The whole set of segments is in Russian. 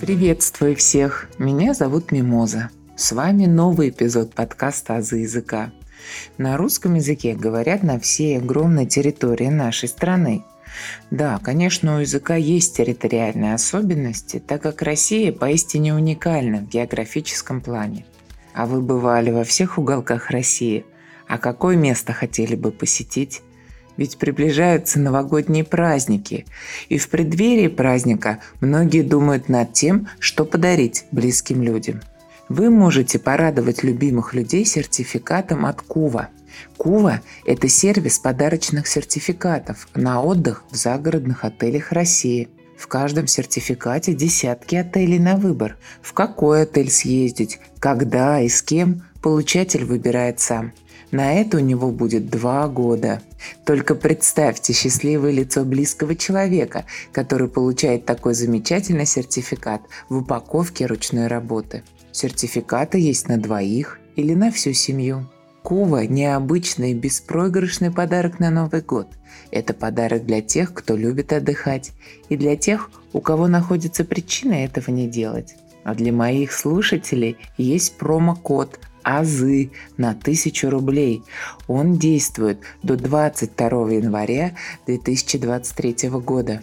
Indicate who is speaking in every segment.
Speaker 1: Приветствую всех! Меня зовут Мимоза. С вами новый эпизод подкаста «Азы языка». На русском языке говорят на всей огромной территории нашей страны. Да, конечно, у языка есть территориальные особенности, так как Россия поистине уникальна в географическом плане. А вы бывали во всех уголках России? А какое место хотели бы посетить? Ведь приближаются новогодние праздники, и в преддверии праздника многие думают над тем, что подарить близким людям. Вы можете порадовать любимых людей сертификатом от Кува. Кува – это сервис подарочных сертификатов на отдых в загородных отелях России. В каждом сертификате десятки отелей на выбор. В какой отель съездить, когда и с кем – получатель выбирает сам. На это у него будет 2 года. Только представьте счастливое лицо близкого человека, который получает такой замечательный сертификат в упаковке ручной работы. Сертификаты есть на 2 или на всю семью. Кува – необычный беспроигрышный подарок на Новый год. Это подарок для тех, кто любит отдыхать, и для тех, у кого находится причина этого не делать. А для моих слушателей есть промокод «Азы» на 1000 рублей. Он действует до 22 января 2023 года.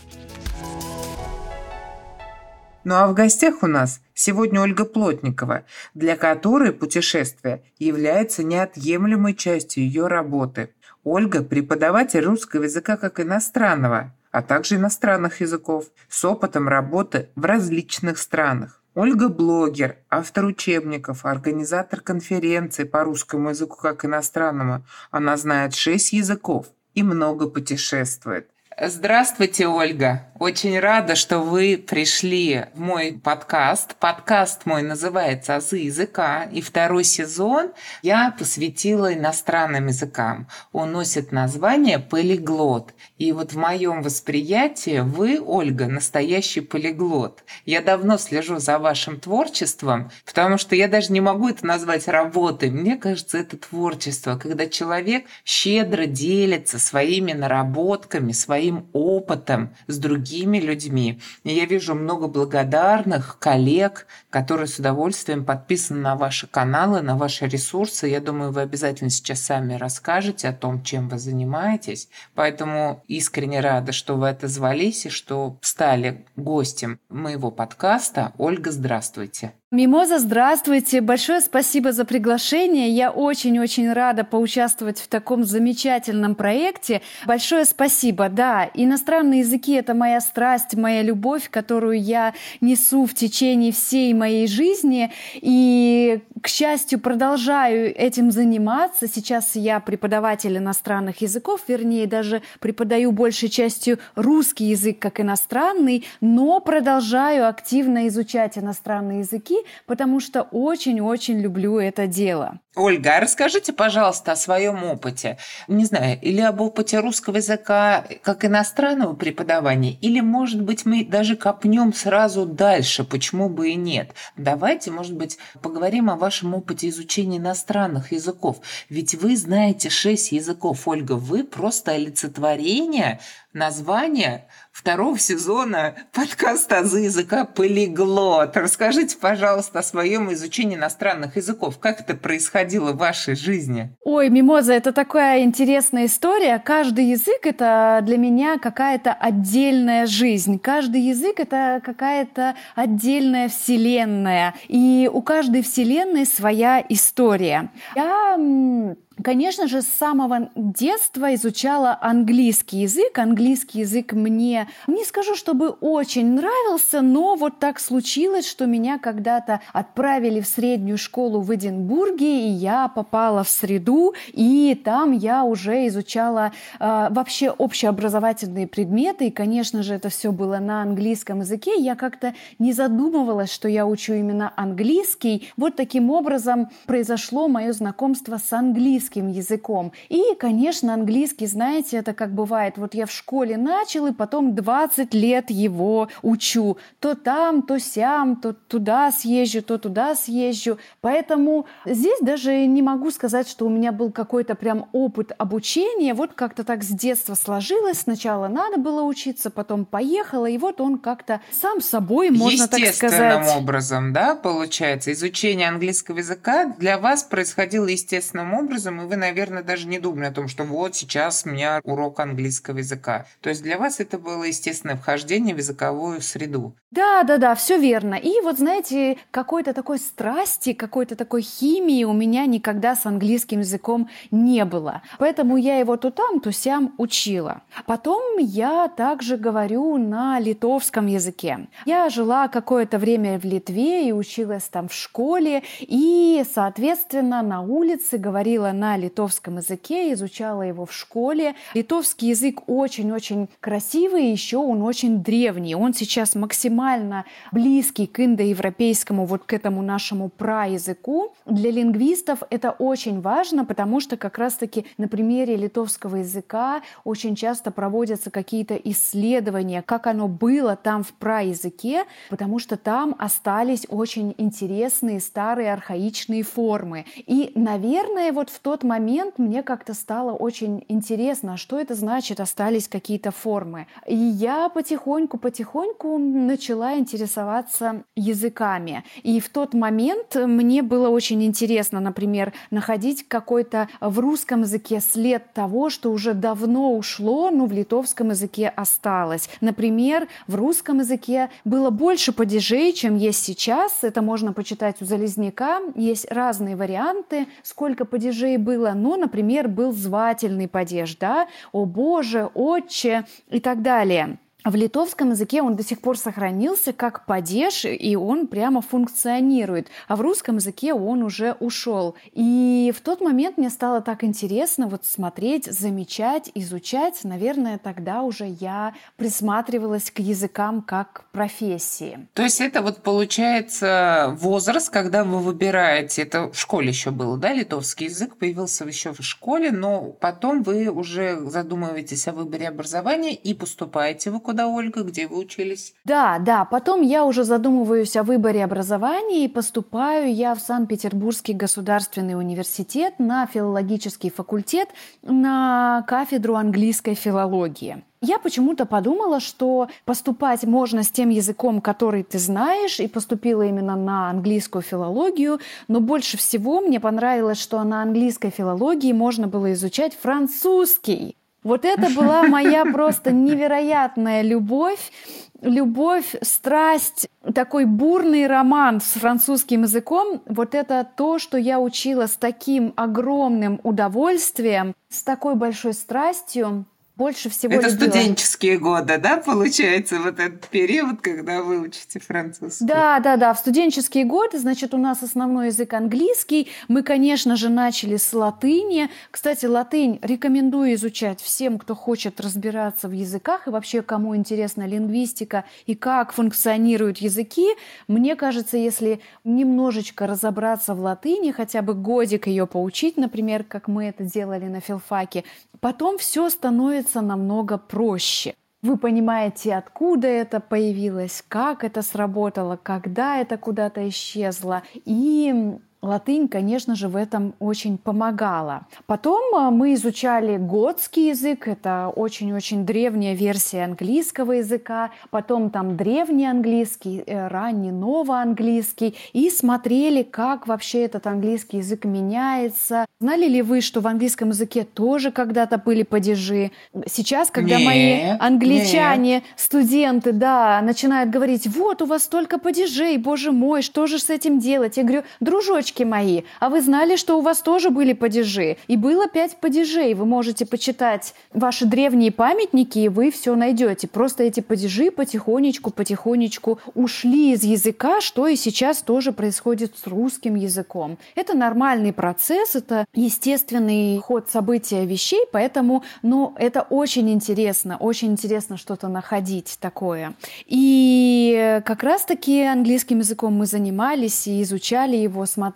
Speaker 1: Ну а в гостях у нас сегодня Ольга Плотникова, для которой путешествие является неотъемлемой частью ее работы. Ольга – преподаватель русского языка как иностранного, а также иностранных языков, с опытом работы в различных странах. Ольга – блогер, автор учебников, организатор конференций по русскому языку как иностранному. Она знает 6 языков и много путешествует. Здравствуйте, Ольга. Очень рада, что вы пришли в мой подкаст. Подкаст мой называется «Азы языка», и 2 сезон я посвятила иностранным языкам. Он носит название «Полиглот». И вот в моем восприятии вы, Ольга, настоящий полиглот. Я давно слежу за вашим творчеством, потому что я даже не могу это назвать работой. Мне кажется, это творчество, когда человек щедро делится своими наработками, своим опытом с другими людьми. И я вижу много благодарных коллег, которые с удовольствием подписаны на ваши каналы, на ваши ресурсы. Я думаю, вы обязательно сейчас сами расскажете о том, чем вы занимаетесь. Поэтому искренне рада, что вы отозвались и что стали гостем моего подкаста. Ольга, здравствуйте.
Speaker 2: Мимоза, здравствуйте. Большое спасибо за приглашение. Я очень-очень рада поучаствовать в таком замечательном проекте. Большое спасибо. Да, иностранные языки – это моя страсть, моя любовь, которую я несу в течение всей моей жизни. И, к счастью, продолжаю этим заниматься. Сейчас я преподаватель иностранных языков, вернее, даже преподаю большей частью русский язык как иностранный, но продолжаю активно изучать иностранные языки, потому что очень-очень люблю это дело.
Speaker 1: Ольга, а расскажите, пожалуйста, о своем опыте. Не знаю, или об опыте русского языка как иностранного преподавания, или, может быть, мы даже копнем сразу дальше, почему бы и нет. Давайте, может быть, поговорим о вашем опыте изучения иностранных языков. Ведь вы знаете 6 языков, Ольга, вы просто олицетворение названия 2 сезона подкаста «Азы языка» «Полиглот». Расскажите, пожалуйста, о своем изучении иностранных языков. Как это происходило в вашей жизни?
Speaker 2: Ой, Мимоза, это такая интересная история. Каждый язык – это для меня какая-то отдельная жизнь. Каждый язык – это какая-то отдельная вселенная. И у каждой вселенной своя история. Конечно же, с самого детства изучала английский язык. Английский язык мне, не скажу, чтобы очень нравился, но вот так случилось, что меня когда-то отправили в среднюю школу в Эдинбурге, и я попала в среду, и там я уже изучала вообще общеобразовательные предметы, и, конечно же, это все было на английском языке. Я как-то не задумывалась, что я учу именно английский. Вот таким образом произошло мое знакомство с английским английским языком. И, конечно, английский, знаете, это как бывает, вот я в школе начал, и потом 20 лет его учу. То там, то сям, то туда съезжу, то туда съезжу. Поэтому здесь даже не могу сказать, что у меня был какой-то прям опыт обучения. Вот как-то так с детства сложилось. Сначала надо было учиться, потом поехала, и вот он как-то сам собой, можно так сказать.
Speaker 1: Естественным образом, да, получается? Изучение английского языка для вас происходило естественным образом, и вы, наверное, даже не думали о том, что вот сейчас у меня урок английского языка. То есть для вас это было естественное вхождение в языковую среду.
Speaker 2: Да, все верно. И вот, знаете, какой-то такой страсти, какой-то такой химии у меня никогда с английским языком не было. Поэтому я его то там, то сям учила. Потом я также говорю на литовском языке. Я жила какое-то время в Литве и училась там в школе. И, соответственно, на улице говорила на литовском языке, изучала его в школе. Литовский язык очень-очень красивый, еще он очень древний. Он сейчас максимально близкий к индоевропейскому, вот к этому нашему праязыку. Для лингвистов это очень важно, потому что как раз-таки на примере литовского языка очень часто проводятся какие-то исследования, как оно было там в праязыке, потому что там остались очень интересные старые архаичные формы. И, наверное, вот в тот момент мне как-то стало очень интересно, что это значит, остались какие-то формы. И я потихоньку начала интересоваться языками. И в тот момент мне было очень интересно, например, находить какой-то в русском языке след того, что уже давно ушло, но в литовском языке осталось. Например, в русском языке было больше падежей, чем есть сейчас. Это можно почитать у Залезняка. Есть разные варианты, сколько падежей было. Но, например, был звательный падеж, да? «О Боже», «Отче» и так далее. В литовском языке он до сих пор сохранился как падеж, и он прямо функционирует. А в русском языке он уже ушел. И в тот момент мне стало так интересно вот смотреть, замечать, изучать. Наверное, тогда уже я присматривалась к языкам как к профессии.
Speaker 1: То есть это вот получается возраст, когда вы выбираете, это в школе еще было, да, литовский язык появился еще в школе, но потом вы уже задумываетесь о выборе образования и поступаете вы куда, Ольга, где вы учились?
Speaker 2: Да, потом я уже задумываюсь о выборе образования и поступаю я в Санкт-Петербургский государственный университет на филологический факультет на кафедру английской филологии. Я почему-то подумала, что поступать можно с тем языком, который ты знаешь, и поступила именно на английскую филологию, но больше всего мне понравилось, что на английской филологии можно было изучать французский. Вот это была моя просто невероятная любовь, страсть, такой бурный роман с французским языком. Вот это то, что я учила с таким огромным удовольствием, с такой большой страстью. Больше всего
Speaker 1: это
Speaker 2: любила.
Speaker 1: Студенческие годы, да, получается, вот этот период, когда вы учите французский?
Speaker 2: Да, в студенческие годы, значит, у нас основной язык английский. Мы, конечно же, начали с латыни. Кстати, латынь рекомендую изучать всем, кто хочет разбираться в языках и вообще, кому интересна лингвистика и как функционируют языки. Мне кажется, если немножечко разобраться в латыни, хотя бы годик ее поучить, например, как мы это делали на филфаке, потом все становится намного проще. Вы понимаете, откуда это появилось, как это сработало, когда это куда-то исчезло. И латынь, конечно же, в этом очень помогала. Потом мы изучали готский язык, это очень-очень древняя версия английского языка, потом там древний английский, ранний новоанглийский, и смотрели, как вообще этот английский язык меняется. Знали ли вы, что в английском языке тоже когда-то были падежи? Сейчас, когда мои англичане, студенты, начинают говорить, вот у вас столько падежей, боже мой, что же с этим делать? Я говорю, дружочки мои, а вы знали, что у вас тоже были падежи? И было 5 падежей. Вы можете почитать ваши древние памятники, и вы все найдете. Просто эти падежи потихонечку ушли из языка, что и сейчас тоже происходит с русским языком. Это нормальный процесс, это естественный ход события вещей, поэтому, это очень интересно что-то находить такое. И как раз-таки английским языком мы занимались и изучали его, смотрели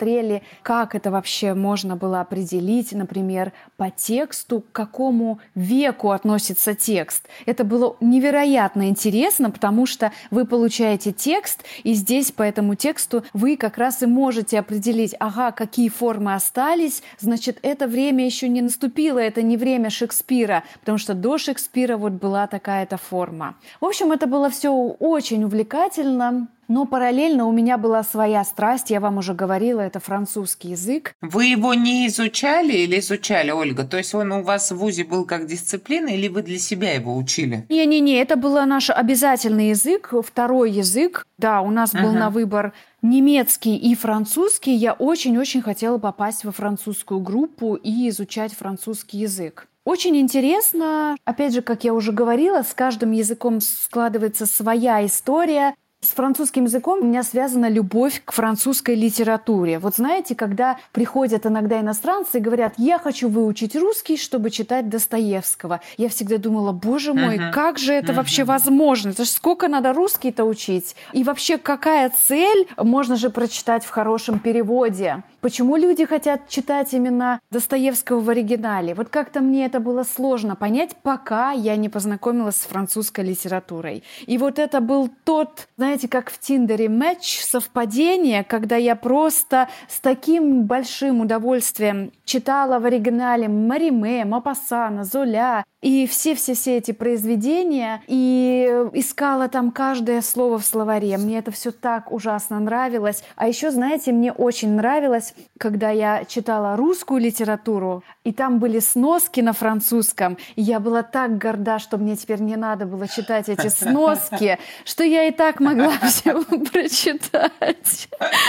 Speaker 2: смотрели, как это вообще можно было определить, например, по тексту, к какому веку относится текст. Это было невероятно интересно, потому что вы получаете текст, и здесь по этому тексту вы как раз и можете определить, ага, какие формы остались, значит, это время еще не наступило, это не время Шекспира, потому что до Шекспира вот была такая-то форма. В общем, это было все очень увлекательно. Но параллельно у меня была своя страсть, я вам уже говорила, это французский язык.
Speaker 1: Вы его не изучали или изучали, Ольга? То есть он у вас в вузе был как дисциплина или вы для себя его учили?
Speaker 2: Не-не-не, это был наш обязательный язык, второй язык. Да, у нас был на выбор немецкий и французский. Я очень-очень хотела попасть во французскую группу и изучать французский язык. Очень интересно, опять же, как я уже говорила, с каждым языком складывается своя история. С французским языком у меня связана любовь к французской литературе. Вот знаете, когда приходят иногда иностранцы и говорят, я хочу выучить русский, чтобы читать Достоевского. Я всегда думала, боже мой, как же это вообще возможно? Это ж сколько надо русский-то учить? И вообще, какая цель? Можно же прочитать в хорошем переводе. Почему люди хотят читать именно Достоевского в оригинале? Вот как-то мне это было сложно понять, пока я не познакомилась с французской литературой. И вот это был тот, знаете, как в Тиндере, матч, совпадение, когда я просто с таким большим удовольствием читала в оригинале Мариме, Мопассана, Золя и все-все-все эти произведения, и искала там каждое слово в словаре. Мне это все так ужасно нравилось. А еще, знаете, мне очень нравилось, когда я читала русскую литературу, и там были сноски на французском, и я была так горда, что мне теперь не надо было читать эти сноски, что я и так могла все прочитать.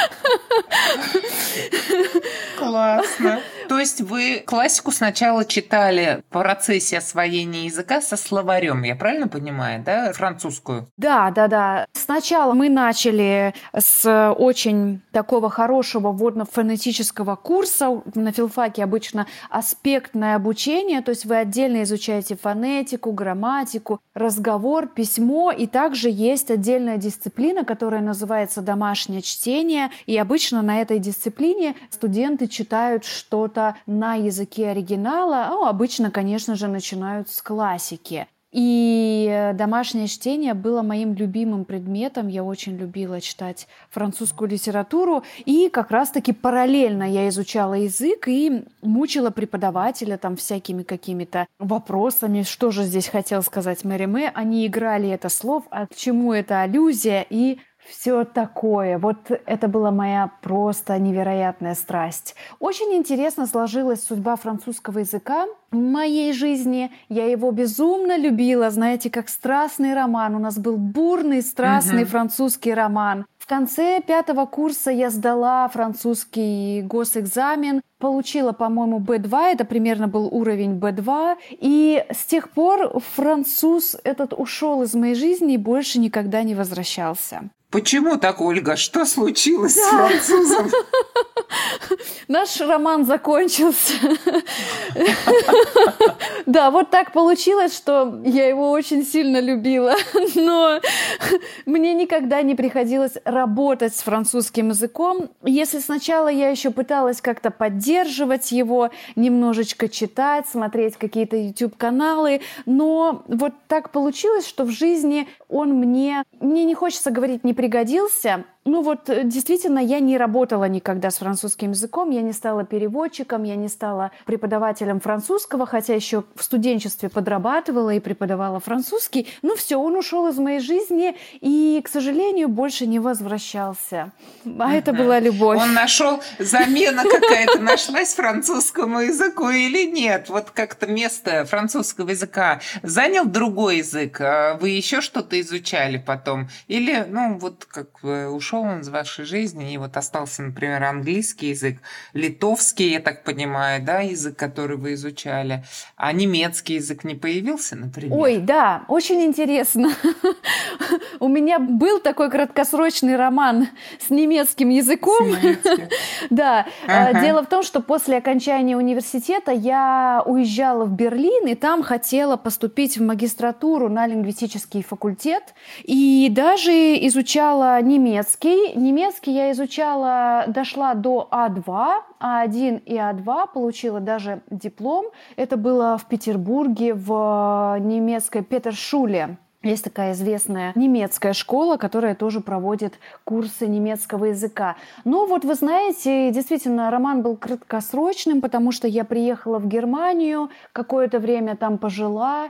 Speaker 1: Классно. То есть вы классику сначала читали в процессе освоения языка со словарем, я правильно понимаю, да, французскую?
Speaker 2: Да. Сначала мы начали с очень такого хорошего вводно-фонетического курса. На филфаке обычно аспектное обучение, то есть вы отдельно изучаете фонетику, грамматику, разговор, письмо, и также есть отдельная дисциплина, которая называется домашнее чтение, и обычно на этой дисциплине студенты читают что-то на языке оригинала, обычно, конечно же, начинают с классики. И домашнее чтение было моим любимым предметом. Я очень любила читать французскую литературу. И как раз-таки параллельно я изучала язык и мучила преподавателя там всякими какими-то вопросами. Что же здесь хотел сказать Мариме? Они играли это слов, а к чему это аллюзия? И все такое. Вот это была моя просто невероятная страсть. Очень интересно сложилась судьба французского языка в моей жизни. Я его безумно любила, знаете, как страстный роман. У нас был бурный, страстный французский роман. В конце 5 курса я сдала французский госэкзамен, получила, по-моему, B2, это примерно был уровень B2, и с тех пор француз этот ушел из моей жизни и больше никогда не возвращался.
Speaker 1: Почему так, Ольга? Что случилось с французом?
Speaker 2: Наш роман закончился. Да, вот так получилось, что я его очень сильно любила, но мне никогда не приходилось работать с французским языком. Если сначала я еще пыталась как-то поддерживать его, немножечко читать, смотреть какие-то YouTube-каналы, но вот так получилось, что в жизни он мне не хочется говорить, не пригодился. Ну вот действительно, я не работала никогда с французским языком, я не стала переводчиком, я не стала преподавателем французского, хотя еще в студенчестве подрабатывала и преподавала французский. Ну все, он ушел из моей жизни и, к сожалению, больше не возвращался. А это была любовь.
Speaker 1: Он нашел, замена какая-то нашлась французскому языку или нет? Вот как-то место французского языка занял другой язык? Вы еще что-то изучали потом? Или, вот как ушел он из вашей жизни, и вот остался, например, английский язык, литовский, я так понимаю, да, язык, который вы изучали, а немецкий язык не появился, например?
Speaker 2: Ой, да, очень интересно. У меня был такой краткосрочный роман с немецким языком. Да. Дело в том, что после окончания университета я уезжала в Берлин, и там хотела поступить в магистратуру на лингвистический факультет. И даже изучала немецкий. Немецкий я изучала, дошла до А2, А1 и А2, получила даже диплом. Это было в Петербурге, в немецкой Петершуле. Есть такая известная немецкая школа, которая тоже проводит курсы немецкого языка. Но вот вы знаете, действительно, роман был краткосрочным, потому что я приехала в Германию, какое-то время там пожила,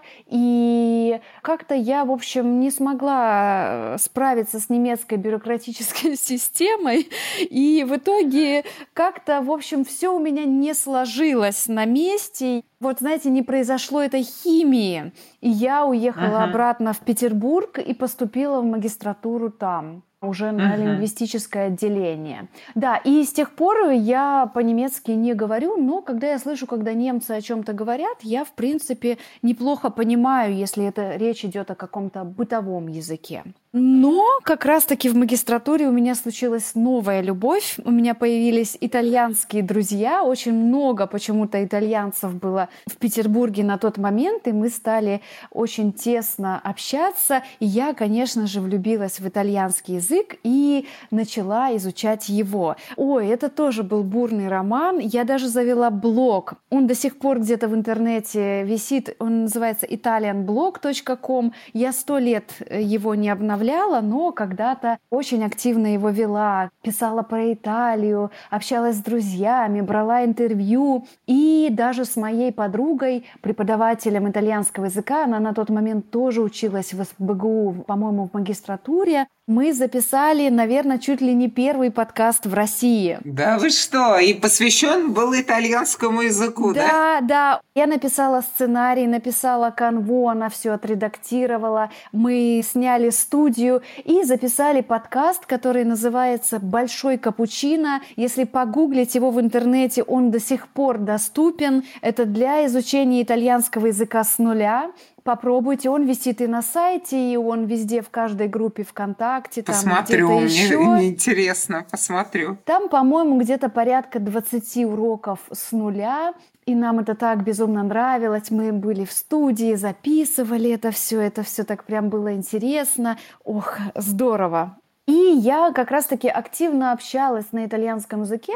Speaker 2: и как-то я, в общем, не смогла справиться с немецкой бюрократической системой, и в итоге как-то, в общем, все у меня не сложилось на месте. Вот, знаете, не произошло этой химии. И я уехала обратно в Петербург и поступила в магистратуру там, уже на лингвистическое отделение. Да, и с тех пор я по-немецки не говорю, но когда я слышу, когда немцы о чем-то говорят, я, в принципе, неплохо понимаю, если это речь идет о каком-то бытовом языке. Но как раз-таки в магистратуре у меня случилась новая любовь. У меня появились итальянские друзья. Очень много почему-то итальянцев было в Петербурге на тот момент, и мы стали очень тесно общаться. И я, конечно же, влюбилась в итальянский язык и начала изучать его. Ой, это тоже был бурный роман. Я даже завела блог. Он до сих пор где-то в интернете висит. Он называется italianblog.com. Я 100 лет его не обновляла, но когда-то очень активно его вела, писала про Италию, общалась с друзьями, брала интервью. И даже с моей подругой, преподавателем итальянского языка, она на тот момент тоже училась в СПбГУ, по-моему, в магистратуре, мы записали, наверное, чуть ли не первый подкаст в России.
Speaker 1: Да вы что? И посвящен был итальянскому языку, да?
Speaker 2: Да. Я написала сценарий, написала канву, она все отредактировала. Мы сняли студию и записали подкаст, который называется «Большой капучино». Если погуглить его в интернете, он до сих пор доступен. Это для изучения итальянского языка с нуля. Попробуйте, он висит и на сайте, и он везде в каждой группе ВКонтакте.
Speaker 1: Посмотрю,
Speaker 2: там где-то еще.
Speaker 1: Мне интересно, посмотрю.
Speaker 2: Там, по-моему, где-то порядка 20 уроков с нуля, и нам это так безумно нравилось. Мы были в студии, записывали это все так прям было интересно. Ох, здорово! И я как раз-таки активно общалась на итальянском языке,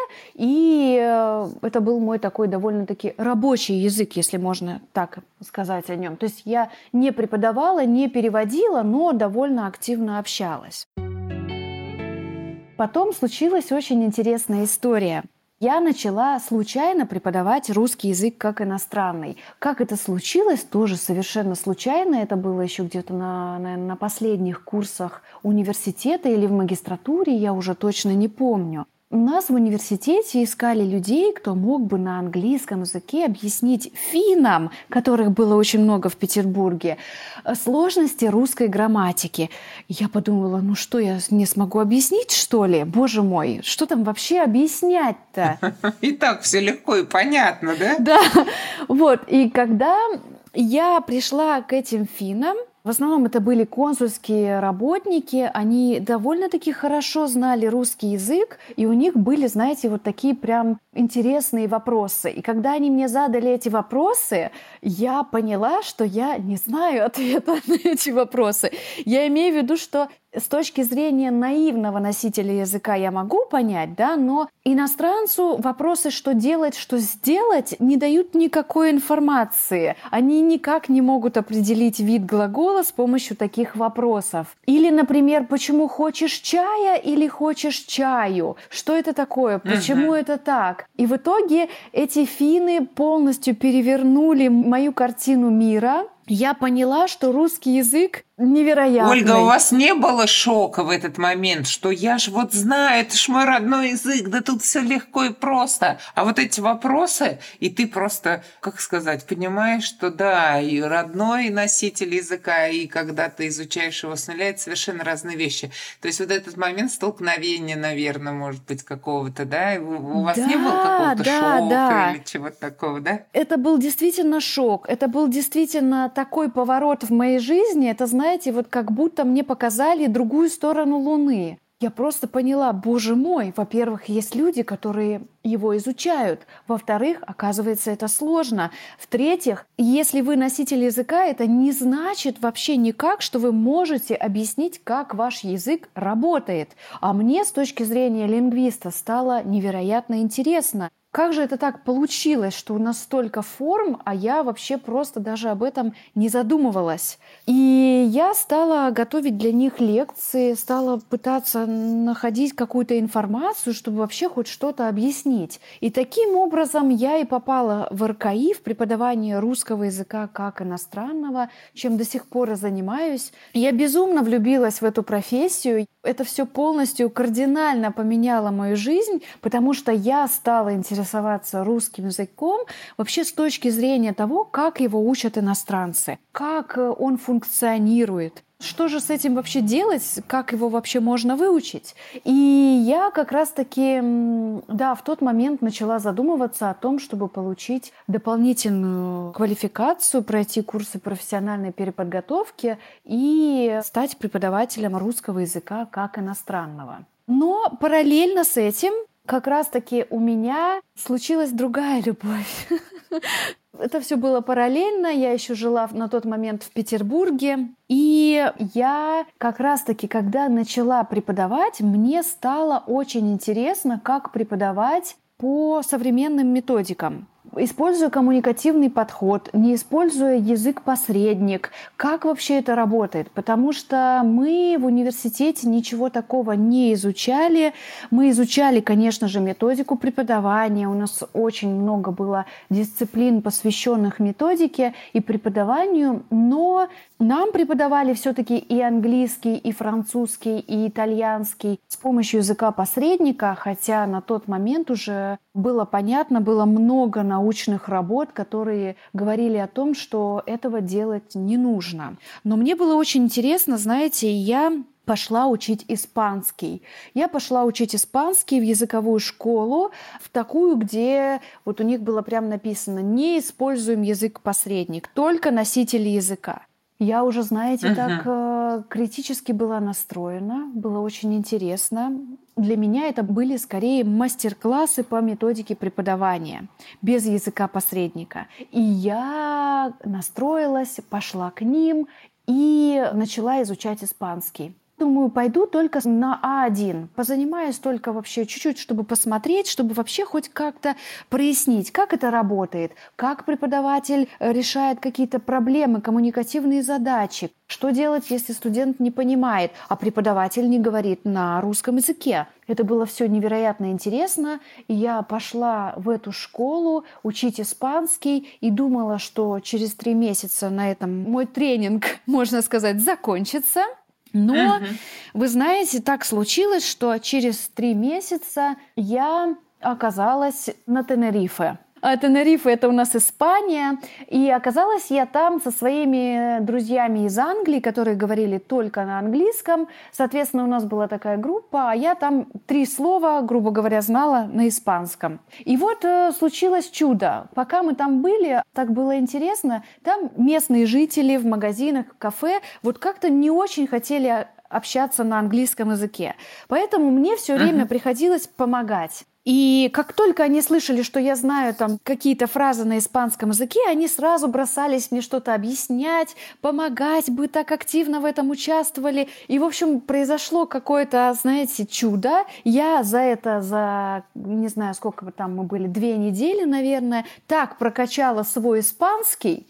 Speaker 2: и это был мой такой довольно-таки рабочий язык, если можно так сказать о нем. То есть я не преподавала, не переводила, но довольно активно общалась. Потом случилась очень интересная история. Я начала случайно преподавать русский язык как иностранный. Как это случилось, тоже совершенно случайно. Это было еще где-то на последних курсах университета или в магистратуре, я уже точно не помню. У нас в университете искали людей, кто мог бы на английском языке объяснить финнам, которых было очень много в Петербурге, сложности русской грамматики. Я подумала, ну что, я не смогу объяснить, что ли? Боже мой, что там вообще объяснять-то?
Speaker 1: И так все легко и понятно, да?
Speaker 2: Да, вот. И когда я пришла к этим финнам, в основном это были консульские работники, они довольно-таки хорошо знали русский язык, и у них были, знаете, вот такие прям интересные вопросы. И когда они мне задали эти вопросы, я поняла, что я не знаю ответа на эти вопросы. Я имею в виду, что с точки зрения наивного носителя языка я могу понять, да, но иностранцу вопросы, что делать, что сделать, не дают никакой информации. Они никак не могут определить вид глагола с помощью таких вопросов. Или, например, почему хочешь чая или хочешь чаю? Что это такое? Почему это так? И в итоге эти финны полностью перевернули мою картину мира. Я поняла, что русский язык невероятный.
Speaker 1: Ольга, у вас не было шока в этот момент, что я ж вот знаю, это ж мой родной язык, да тут все легко и просто. А вот эти вопросы, и ты просто, как сказать, понимаешь, что да, и родной носитель языка, и когда ты изучаешь его с нуля, это совершенно разные вещи. То есть вот этот момент столкновения, наверное, может быть, какого-то, да? У вас не было какого-то шока или чего-то такого, да?
Speaker 2: Это был действительно шок. Это был действительно такой поворот в моей жизни. Это, знаете, вот как будто мне показали другую сторону Луны. Я просто поняла, боже мой, во-первых, есть люди, которые его изучают. Во-вторых, оказывается, это сложно. В-третьих, если вы носитель языка, это не значит вообще никак, что вы можете объяснить, как ваш язык работает. А мне с точки зрения лингвиста стало невероятно интересно. Как же это так получилось, что у нас столько форм, а я вообще просто даже об этом не задумывалась? И я стала готовить для них лекции, стала пытаться находить какую-то информацию, чтобы вообще хоть что-то объяснить. И таким образом я и попала в РКИ, в преподавание русского языка как иностранного, чем до сих пор и занимаюсь. Я безумно влюбилась в эту профессию. Это все полностью кардинально поменяло мою жизнь, потому что я стала интересоваться русским языком вообще с точки зрения того, как его учат иностранцы, как он функционирует. Что же с этим вообще делать? Как его вообще можно выучить? И я как раз-таки, да, в тот момент начала задумываться о том, чтобы получить дополнительную квалификацию, пройти курсы профессиональной переподготовки и стать преподавателем русского языка как иностранного. Но параллельно с этим как раз-таки у меня случилась другая любовь. Это все было параллельно. Я еще жила на тот момент в Петербурге. И я как раз-таки, когда начала преподавать, мне стало очень интересно, как преподавать по современным методикам. Используя коммуникативный подход, не используя язык-посредник. Как вообще это работает? Потому что мы в университете ничего такого не изучали. Мы изучали, конечно же, методику преподавания. У нас очень много было дисциплин, посвященных методике и преподаванию, но нам преподавали все-таки и английский, и французский, и итальянский с помощью языка-посредника, хотя на тот момент уже было понятно, было много научных работ, которые говорили о том, что этого делать не нужно. Но мне было очень интересно, знаете, я пошла учить испанский. Я пошла учить испанский в языковую школу, в такую, где вот у них было прям написано «Не используем язык-посредник, только носители языка». Я уже, знаете, так критически была настроена, было очень интересно. Для меня это были скорее мастер-классы по методике преподавания, без языка-посредника. И я настроилась, пошла к ним и начала изучать испанский. Думаю, пойду только на А1, позанимаюсь только вообще чуть-чуть, чтобы посмотреть, чтобы вообще хоть как-то прояснить, как это работает, как преподаватель решает какие-то проблемы, коммуникативные задачи, что делать, если студент не понимает, а преподаватель не говорит на русском языке. Это было все невероятно интересно, и я пошла в эту школу учить испанский и думала, что через 3 месяца на этом мой тренинг, можно сказать, закончится. Но, вы знаете, так случилось, что через 3 месяца я оказалась на Тенерифе. А Тенерифе — это у нас Испания. И оказалась я там со своими друзьями из Англии, которые говорили только на английском. Соответственно, у нас была такая группа, а я там 3 слова, грубо говоря, знала на испанском. И вот случилось чудо. Пока мы там были, так было интересно, там местные жители в магазинах, в кафе вот как-то не очень хотели общаться на английском языке. Поэтому мне все время приходилось помогать. И как только они слышали, что я знаю там какие-то фразы на испанском языке, они сразу бросались мне что-то объяснять, помогать, бы так активно в этом участвовали. И, в общем, произошло какое-то, знаете, чудо. Я за не знаю, сколько бы там мы были, 2 недели, наверное, так прокачала свой испанский,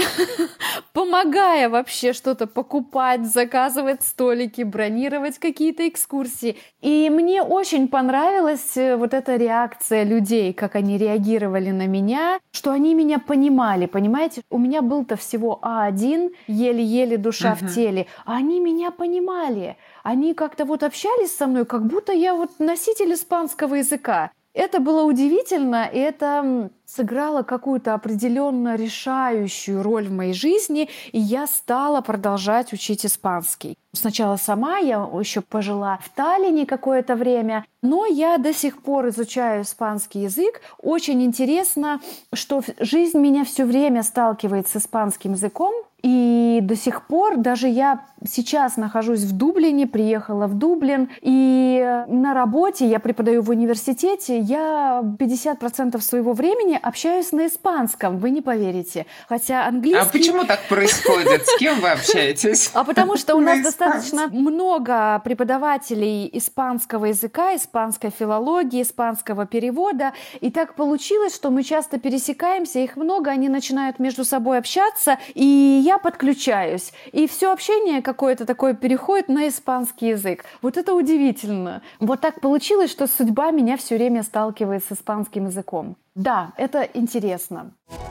Speaker 2: помогая вообще что-то покупать, заказывать столики, бронировать какие-то экскурсии. И мне очень понравилась вот эта реакция людей, как они реагировали на меня, что они меня понимали, понимаете? У меня был-то всего А1, еле-еле душа в теле, а они меня понимали. Они как-то вот общались со мной, как будто я вот носитель испанского языка. Это было удивительно, и это сыграло какую-то определенно решающую роль в моей жизни, и я стала продолжать учить испанский. Сначала сама, я еще пожила в Таллине какое-то время, но я до сих пор изучаю испанский язык. Очень интересно, что жизнь меня все время сталкивает с испанским языком. И до сих пор, даже я сейчас нахожусь в Дублине, приехала в Дублин, и на работе, я преподаю в университете, я 50% своего времени общаюсь на испанском, вы не поверите. Хотя английский...
Speaker 1: А почему так происходит? С кем вы общаетесь?
Speaker 2: А потому что у нас достаточно много преподавателей испанского языка, испанской филологии, испанского перевода, и так получилось, что мы часто пересекаемся, их много, они начинают между собой общаться, и я подключаюсь. И все общение какое-то такое переходит на испанский язык. Вот это удивительно. Вот так получилось, что судьба меня все время сталкивает с испанским языком. Да, это интересно.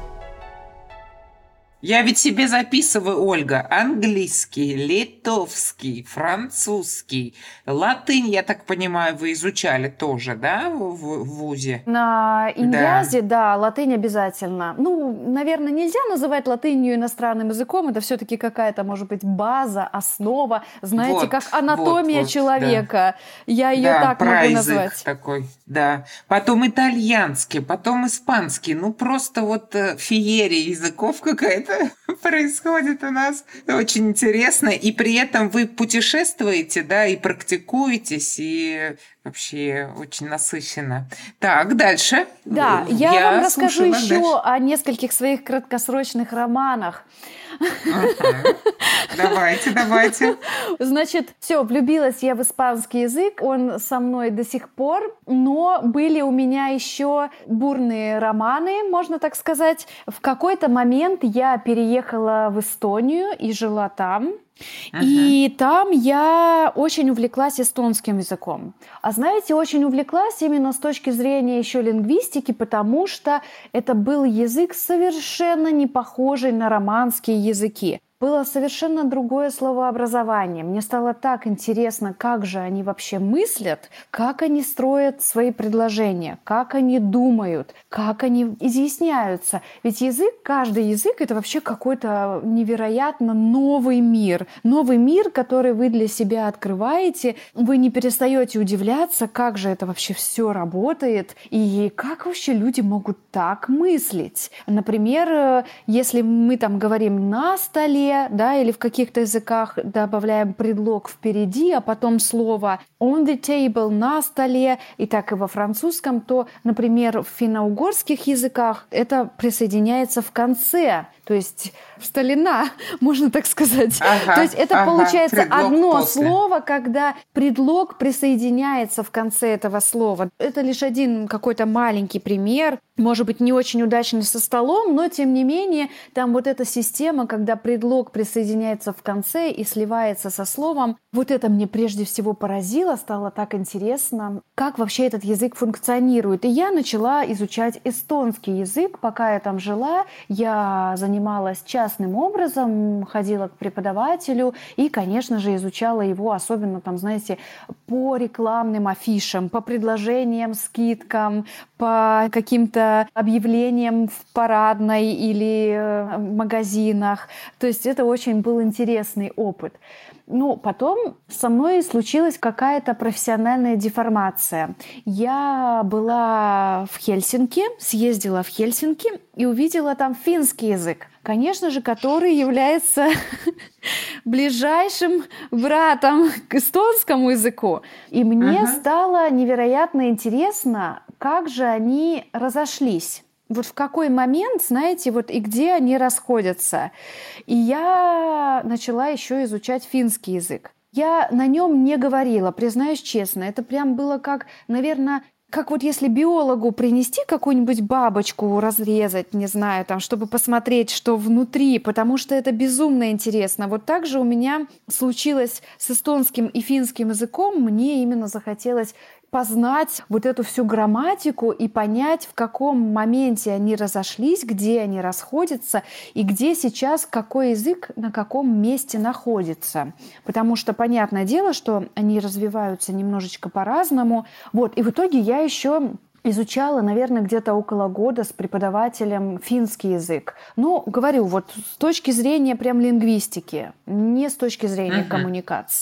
Speaker 1: Я ведь себе записываю, Ольга, английский, литовский, французский, латынь, я так понимаю, вы изучали тоже, да, в вузе?
Speaker 2: На Иньязе, да, латынь обязательно. Ну, наверное, нельзя называть латынью иностранным языком, это все-таки какая-то, может быть, база, основа, знаете,
Speaker 1: Вот,
Speaker 2: как анатомия человека. Да. Я ее так могу назвать.
Speaker 1: Такой, да. Потом итальянский, потом испанский, ну просто вот феерия языков какая-то происходит у нас. Очень интересно. И при этом вы путешествуете, да, и практикуетесь, и вообще очень насыщенно. Так, дальше.
Speaker 2: Да, я вам расскажу еще
Speaker 1: дальше
Speaker 2: о нескольких своих краткосрочных романах.
Speaker 1: Давайте.
Speaker 2: Значит, все, влюбилась я в испанский язык, он со мной до сих пор, но были у меня еще бурные романы, можно так сказать. В какой-то момент я переехала в Эстонию и жила там. И там я очень увлеклась эстонским языком. А знаете, очень увлеклась именно с точки зрения еще лингвистики, потому что это был язык совершенно не похожий на романские языки. Было совершенно другое словообразование. Мне стало так интересно, как же они вообще мыслят, как они строят свои предложения, как они думают, как они изъясняются. Ведь язык, каждый язык — это вообще какой-то невероятно новый мир. Новый мир, который вы для себя открываете. Вы не перестаете удивляться, как же это вообще все работает и как вообще люди могут так мыслить. Например, если мы там говорим «на столе», да, или в каких-то языках добавляем предлог впереди, а потом слово on the table, на столе, и так и во французском, то, например, в финно-угорских языках это присоединяется в конце, то есть в столе «на», можно так сказать. То есть это получается одно слово, когда предлог присоединяется в конце этого слова. Это лишь один какой-то маленький пример, может быть, не очень удачный со столом, но тем не менее там вот эта система, когда предлог присоединяется в конце и сливается со словом, вот это мне прежде всего поразило, стало так интересно, как вообще этот язык функционирует. И я начала изучать эстонский язык, пока я там жила. Я занималась частным образом, ходила к преподавателю и, конечно же, изучала его, особенно там, знаете, по рекламным афишам, по предложениям, скидкам, по каким-то объявлениям в парадной или в магазинах. То есть это очень был интересный опыт. Ну, потом со мной случилась какая-то профессиональная деформация. Я была в Хельсинки, съездила в Хельсинки и увидела там финский язык. Конечно же, который является ближайшим братом к эстонскому языку. И мне стало невероятно интересно, как же они разошлись. Вот в какой момент, знаете, вот и где они расходятся. И я начала еще изучать финский язык. Я на нем не говорила, признаюсь честно. Это прям было как, наверное, как вот если биологу принести какую-нибудь бабочку, разрезать, не знаю, там, чтобы посмотреть, что внутри, потому что это безумно интересно. Вот так же у меня случилось с эстонским и финским языком. Мне именно захотелось познать вот эту всю грамматику и понять, в каком моменте они разошлись, где они расходятся и где сейчас какой язык на каком месте находится. Потому что понятное дело, что они развиваются немножечко по-разному. Вот. И в итоге я еще изучала, наверное, где-то около года с преподавателем финский язык. Ну, говорю, вот с точки зрения прям лингвистики, не с точки зрения коммуникации.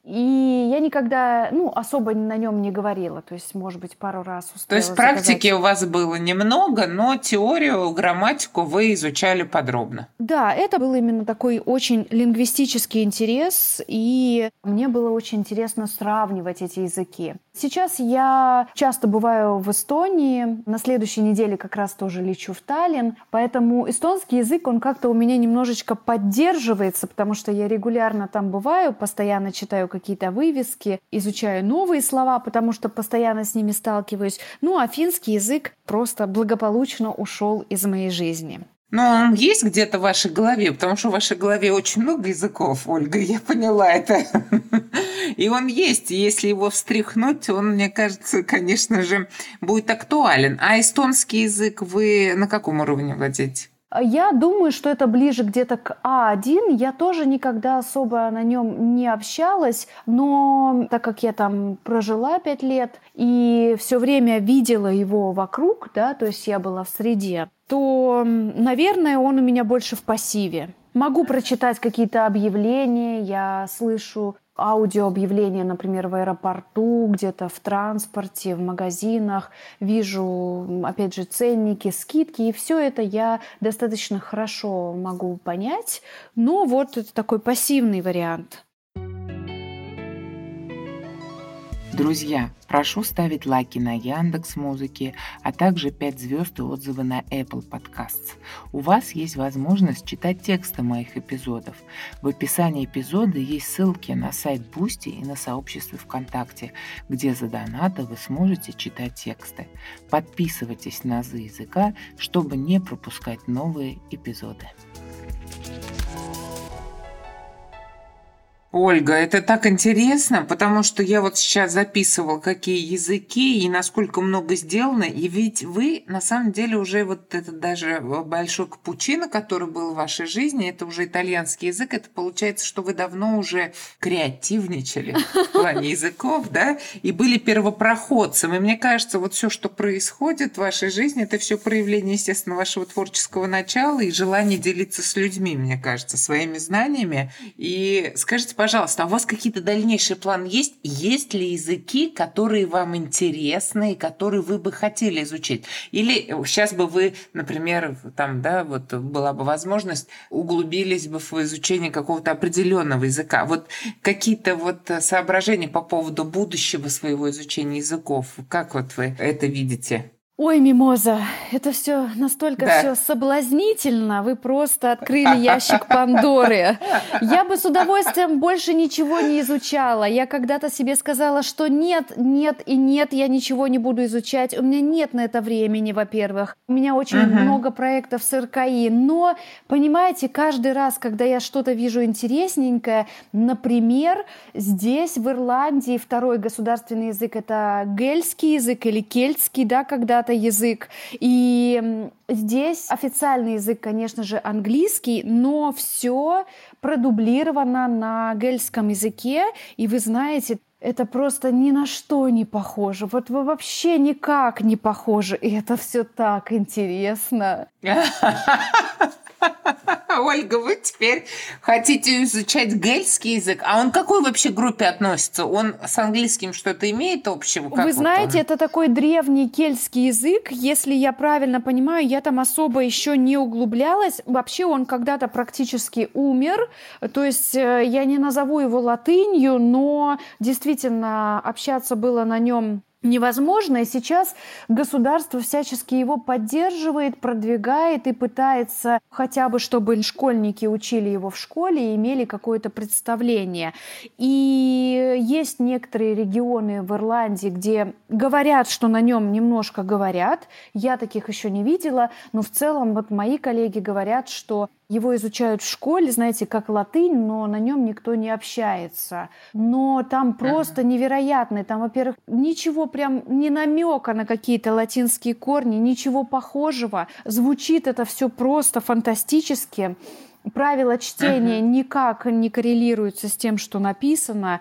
Speaker 2: И я никогда, особо на нем не говорила. То есть, может быть, пару раз успела
Speaker 1: То есть практики у вас было немного, но теорию, грамматику вы изучали подробно.
Speaker 2: Да, это был именно такой очень лингвистический интерес, и мне было очень интересно сравнивать эти языки. Сейчас я часто бываю в Эстонии, на следующей неделе как раз тоже лечу в Таллин, поэтому эстонский язык, он как-то у меня немножечко поддерживается, потому что я регулярно там бываю, постоянно читаю какие-то вывески, изучаю новые слова, потому что постоянно с ними сталкиваюсь. А финский язык просто благополучно ушел из моей жизни.
Speaker 1: Но он есть где-то в вашей голове, потому что в вашей голове очень много языков, Ольга, я поняла это. И он есть, и если его встряхнуть, он, мне кажется, конечно же, будет актуален. А эстонский язык вы на каком уровне владеете?
Speaker 2: Я думаю, что это ближе где-то к А1. Я тоже никогда особо на нем не общалась, но так как я там прожила 5 лет и все время видела его вокруг, да, то есть я была в среде, то, наверное, он у меня больше в пассиве. Могу прочитать какие-то объявления, я слышу аудиообъявления, например, в аэропорту, где-то в транспорте, в магазинах, вижу, опять же, ценники, скидки, и все это я достаточно хорошо могу понять, но вот это такой пассивный вариант.
Speaker 1: Друзья, прошу ставить лайки на Яндекс.Музыке, а также 5 звезд и отзывы на Apple Podcasts. У вас есть возможность читать тексты моих эпизодов. В описании эпизода есть ссылки на сайт Boosty и на сообщество ВКонтакте, где за донаты вы сможете читать тексты. Подписывайтесь на «Азы языка», чтобы не пропускать новые эпизоды. Ольга, это так интересно, потому что я вот сейчас записывала, какие языки и насколько много сделано, и ведь вы на самом деле уже вот этот даже большой капучино, который был в вашей жизни, это уже итальянский язык, это получается, что вы давно уже креативничали в плане языков, да, и были первопроходцем, и мне кажется, вот все, что происходит в вашей жизни, это все проявление, естественно, вашего творческого начала и желание делиться с людьми, мне кажется, своими знаниями. И скажите, пожалуйста, а у вас какие-то дальнейшие планы есть? Есть ли языки, которые вам интересны и которые вы бы хотели изучить? Или сейчас бы вы, например, там, да, вот была бы возможность, углубились бы в изучение какого-то определенного языка? Вот какие-то вот соображения по поводу будущего своего изучения языков? Как вот вы это видите?
Speaker 2: Ой, Мимоза, это все настолько все соблазнительно, вы просто открыли ящик Пандоры. Я бы с удовольствием больше ничего не изучала. Я когда-то себе сказала, что нет, нет и нет, я ничего не буду изучать. У меня нет на это времени, во-первых. У меня очень много проектов с РКИ. Но, понимаете, каждый раз, когда я что-то вижу интересненькое, например, здесь, в Ирландии, второй государственный язык — это гельский язык или кельтский, да, когда-то язык. И здесь официальный язык, конечно же, английский, но все продублировано на гельском языке. И вы знаете, это просто ни на что не похоже. Вот вы вообще никак не похожи. И это все так интересно.
Speaker 1: Ольга, вы теперь хотите изучать гельский язык? А он к какой вообще группе относится? Он с английским что-то имеет общего?
Speaker 2: Вы знаете, это такой древний кельтский язык. Если я правильно понимаю, я там особо еще не углублялась. Вообще он когда-то практически умер. То есть я не назову его латынью, но действительно общаться было на нем невозможно, и сейчас государство всячески его поддерживает, продвигает и пытается хотя бы, чтобы школьники учили его в школе и имели какое-то представление. И есть некоторые регионы в Ирландии, где говорят, что на нем немножко говорят. Я таких еще не видела, но в целом вот мои коллеги говорят, что его изучают в школе, знаете, как латынь, но на нем никто не общается. Но там просто невероятно. Там, во-первых, ничего прям, ни намека на какие-то латинские корни, ничего похожего. Звучит это все просто фантастически. правила чтения никак не коррелируются с тем, что написано.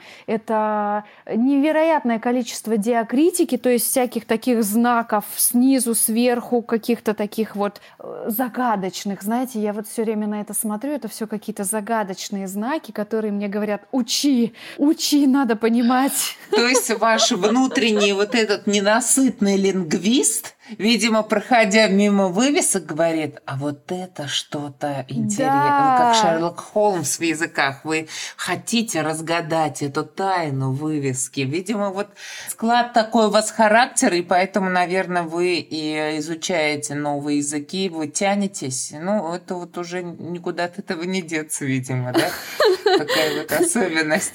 Speaker 2: Это невероятное количество диакритики, то есть всяких таких знаков снизу, сверху, каких-то таких вот загадочных. Знаете, я вот все время на это смотрю, это все какие-то загадочные знаки, которые мне говорят: учи, учи, надо понимать.
Speaker 1: То есть ваш внутренний вот этот ненасытный лингвист, видимо, проходя мимо вывесок, говорит: а вот это что-то интересное.
Speaker 2: Да.
Speaker 1: Как Шерлок Холмс в языках. Вы хотите разгадать эту тайну вывески. Видимо, вот склад такой у вас характер, и поэтому, наверное, вы и изучаете новые языки, вы тянетесь. Ну, это вот уже никуда от этого не деться, видимо, да? Такая вот особенность.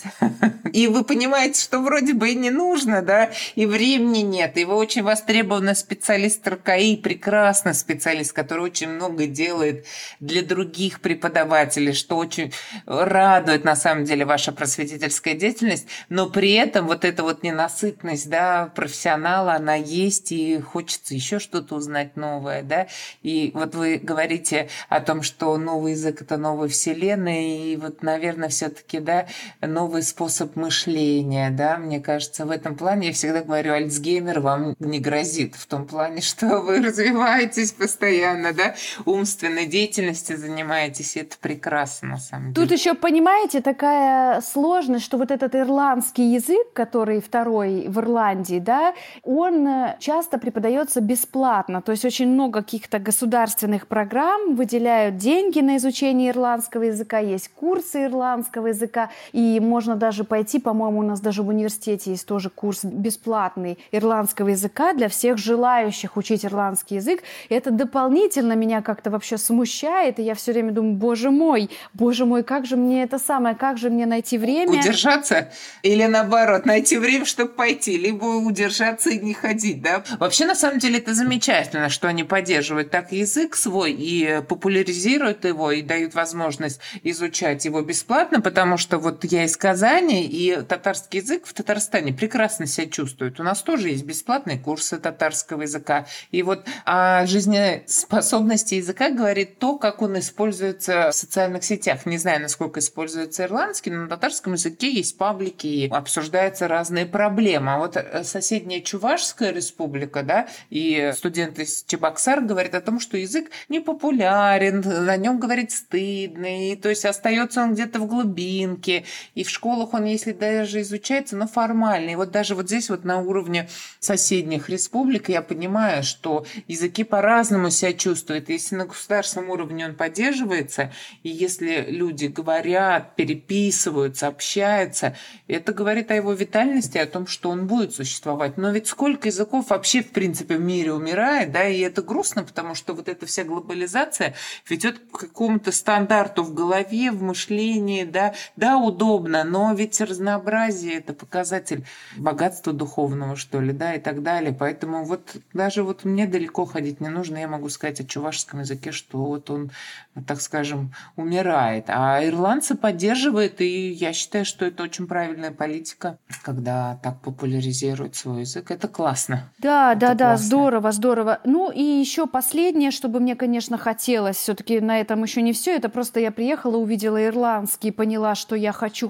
Speaker 1: И вы понимаете, что вроде бы и не нужно, да, и времени нет, и вы очень востребованный специалист РКИ, прекрасный специалист, который очень много делает для других преподавателей, что очень радует на самом деле ваша просветительская деятельность, но при этом вот эта вот ненасытность, да, профессионала, она есть, и хочется еще что-то узнать новое, да, и вот вы говорите о том, что новый язык – это новая вселенная, и вот, наверное, все-таки, да, новый способ мышления, да, мне кажется, в этом плане я всегда говорю, Альцгеймер вам не грозит, в том плане, что вы развиваетесь постоянно, да, умственной деятельностью занимаетесь, и это прекрасно, на самом деле.
Speaker 2: Тут еще, понимаете, такая сложность, что вот этот ирландский язык, который второй в Ирландии, да, он часто преподается бесплатно, то есть очень много каких-то государственных программ выделяют деньги на изучение ирландского языка, есть курсы ирландского языка, и можно даже пойти, по-моему, у нас даже в университете есть тоже курс бесплатный ирландского языка для всех желающих учить ирландский язык. И это дополнительно меня как-то вообще смущает, и я все время думаю: боже мой, как же мне это самое, как же мне найти время?
Speaker 1: Удержаться или наоборот, найти время, чтобы пойти, либо удержаться и не ходить, да? Вообще, на самом деле, это замечательно, что они поддерживают так язык свой и популяризируют его, и дают возможность изучать его бесплатно, потому что вот я из Казани, и татарский язык в Татарстане прекрасно себя чувствует. У нас тоже есть бесплатные курсы татарского языка. И вот о жизнеспособности языка говорит то, как он используется в социальных сетях. Не знаю, насколько используется ирландский, но на татарском языке есть паблики, и обсуждаются разные проблемы. А вот соседняя Чувашская республика, да, и студенты из Чебоксар говорят о том, что язык непопулярен, на нем говорить стыдно, и, то есть остается он где-то в глубинке, и в школах он, если даже изучается, но формально. И вот даже вот здесь вот на уровне соседних республик я понимаю, что языки по-разному себя чувствуют. Если на государственном уровне он поддерживается, и если люди говорят, переписываются, общаются, это говорит о его витальности, о том, что он будет существовать. Но ведь сколько языков вообще, в принципе, в мире умирает, да, и это грустно, потому что вот эта вся глобализация ведет к какому-то стандарту в голове, в мышлении, да, удобно, но ведь разнообразие – это показатель богатства духовного, что ли, да, и так далее. Поэтому вот даже вот мне далеко ходить не нужно, я могу сказать о чувашском языке, что вот он, так скажем, умирает. А ирландцы поддерживают, и я считаю, что это очень правильная политика, когда так популяризируют свой язык. Это классно.
Speaker 2: Да,
Speaker 1: это классно.
Speaker 2: Здорово. Ну и еще последнее, чтобы мне, конечно, хотелось, все-таки на этом еще не все, это просто я приехала, увидела ирландский, поняла, что я хочу,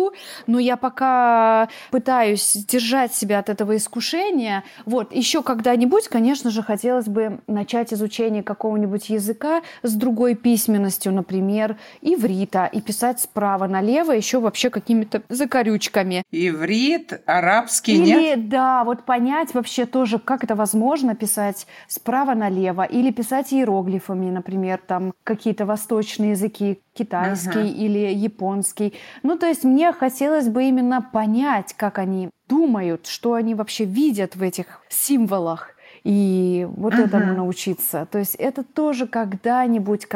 Speaker 2: но я пока пытаюсь держать себя от этого искушения. Вот, еще когда-нибудь, конечно же, хотелось бы начать изучение какого-нибудь языка с другой письменностью, например, иврита, и писать справа налево еще вообще какими-то закорючками.
Speaker 1: Иврит, арабский,
Speaker 2: или,
Speaker 1: нет?
Speaker 2: Да, вот понять вообще тоже, как это возможно писать справа налево, или писать иероглифами, например, там какие-то восточные языки, китайский или японский. Ну, то есть мне хотелось бы именно понять, как они думают, что они вообще видят в этих символах. И вот этому научиться. То есть это тоже когда-нибудь,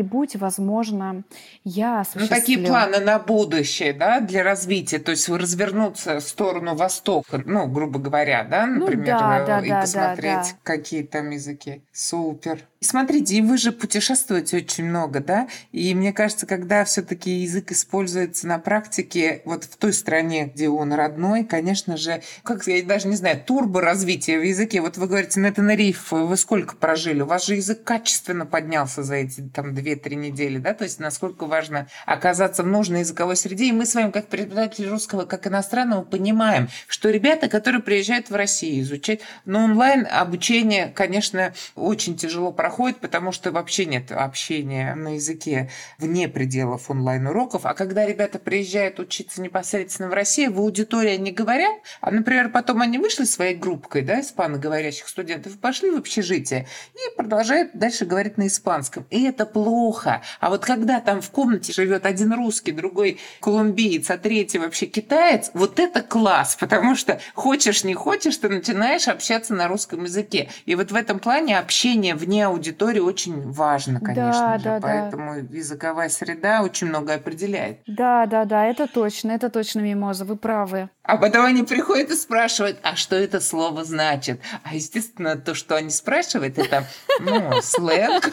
Speaker 2: возможно, я осуществлю.
Speaker 1: Ну, такие планы на будущее, да, для развития. То есть развернуться в сторону Востока, ну, грубо говоря, да, например, и посмотреть, какие там языки. Супер. Смотрите, и вы же путешествуете очень много, да? И мне кажется, когда все-таки язык используется на практике, вот в той стране, где он родной, конечно же, как я даже не знаю, турборазвитие в языке. Вот вы говорите, на Тенерифе вы сколько прожили? У вас же язык качественно поднялся за эти 2-3 недели, да? То есть насколько важно оказаться в нужной языковой среде. И мы с вами, как преподаватели русского, как иностранного, понимаем, что ребята, которые приезжают в Россию изучать, онлайн обучение, конечно, очень тяжело проходит, потому что вообще нет общения на языке вне пределов онлайн-уроков. А когда ребята приезжают учиться непосредственно в Россию, в аудитории они говорят, а, например, потом они вышли своей группкой, да, испаноговорящих студентов, пошли в общежитие и продолжают дальше говорить на испанском. И это плохо. А вот когда там в комнате живет один русский, другой колумбиец, а третий вообще китаец, вот это класс, потому что хочешь не хочешь, ты начинаешь общаться на русском языке. И вот в этом плане общение вне аудитории очень важно, конечно же. Поэтому языковая среда очень много определяет.
Speaker 2: Да, это точно, Мимоза, вы правы.
Speaker 1: А потом они приходят и спрашивают, а что это слово значит? А, естественно, то, что они спрашивают, это, сленг.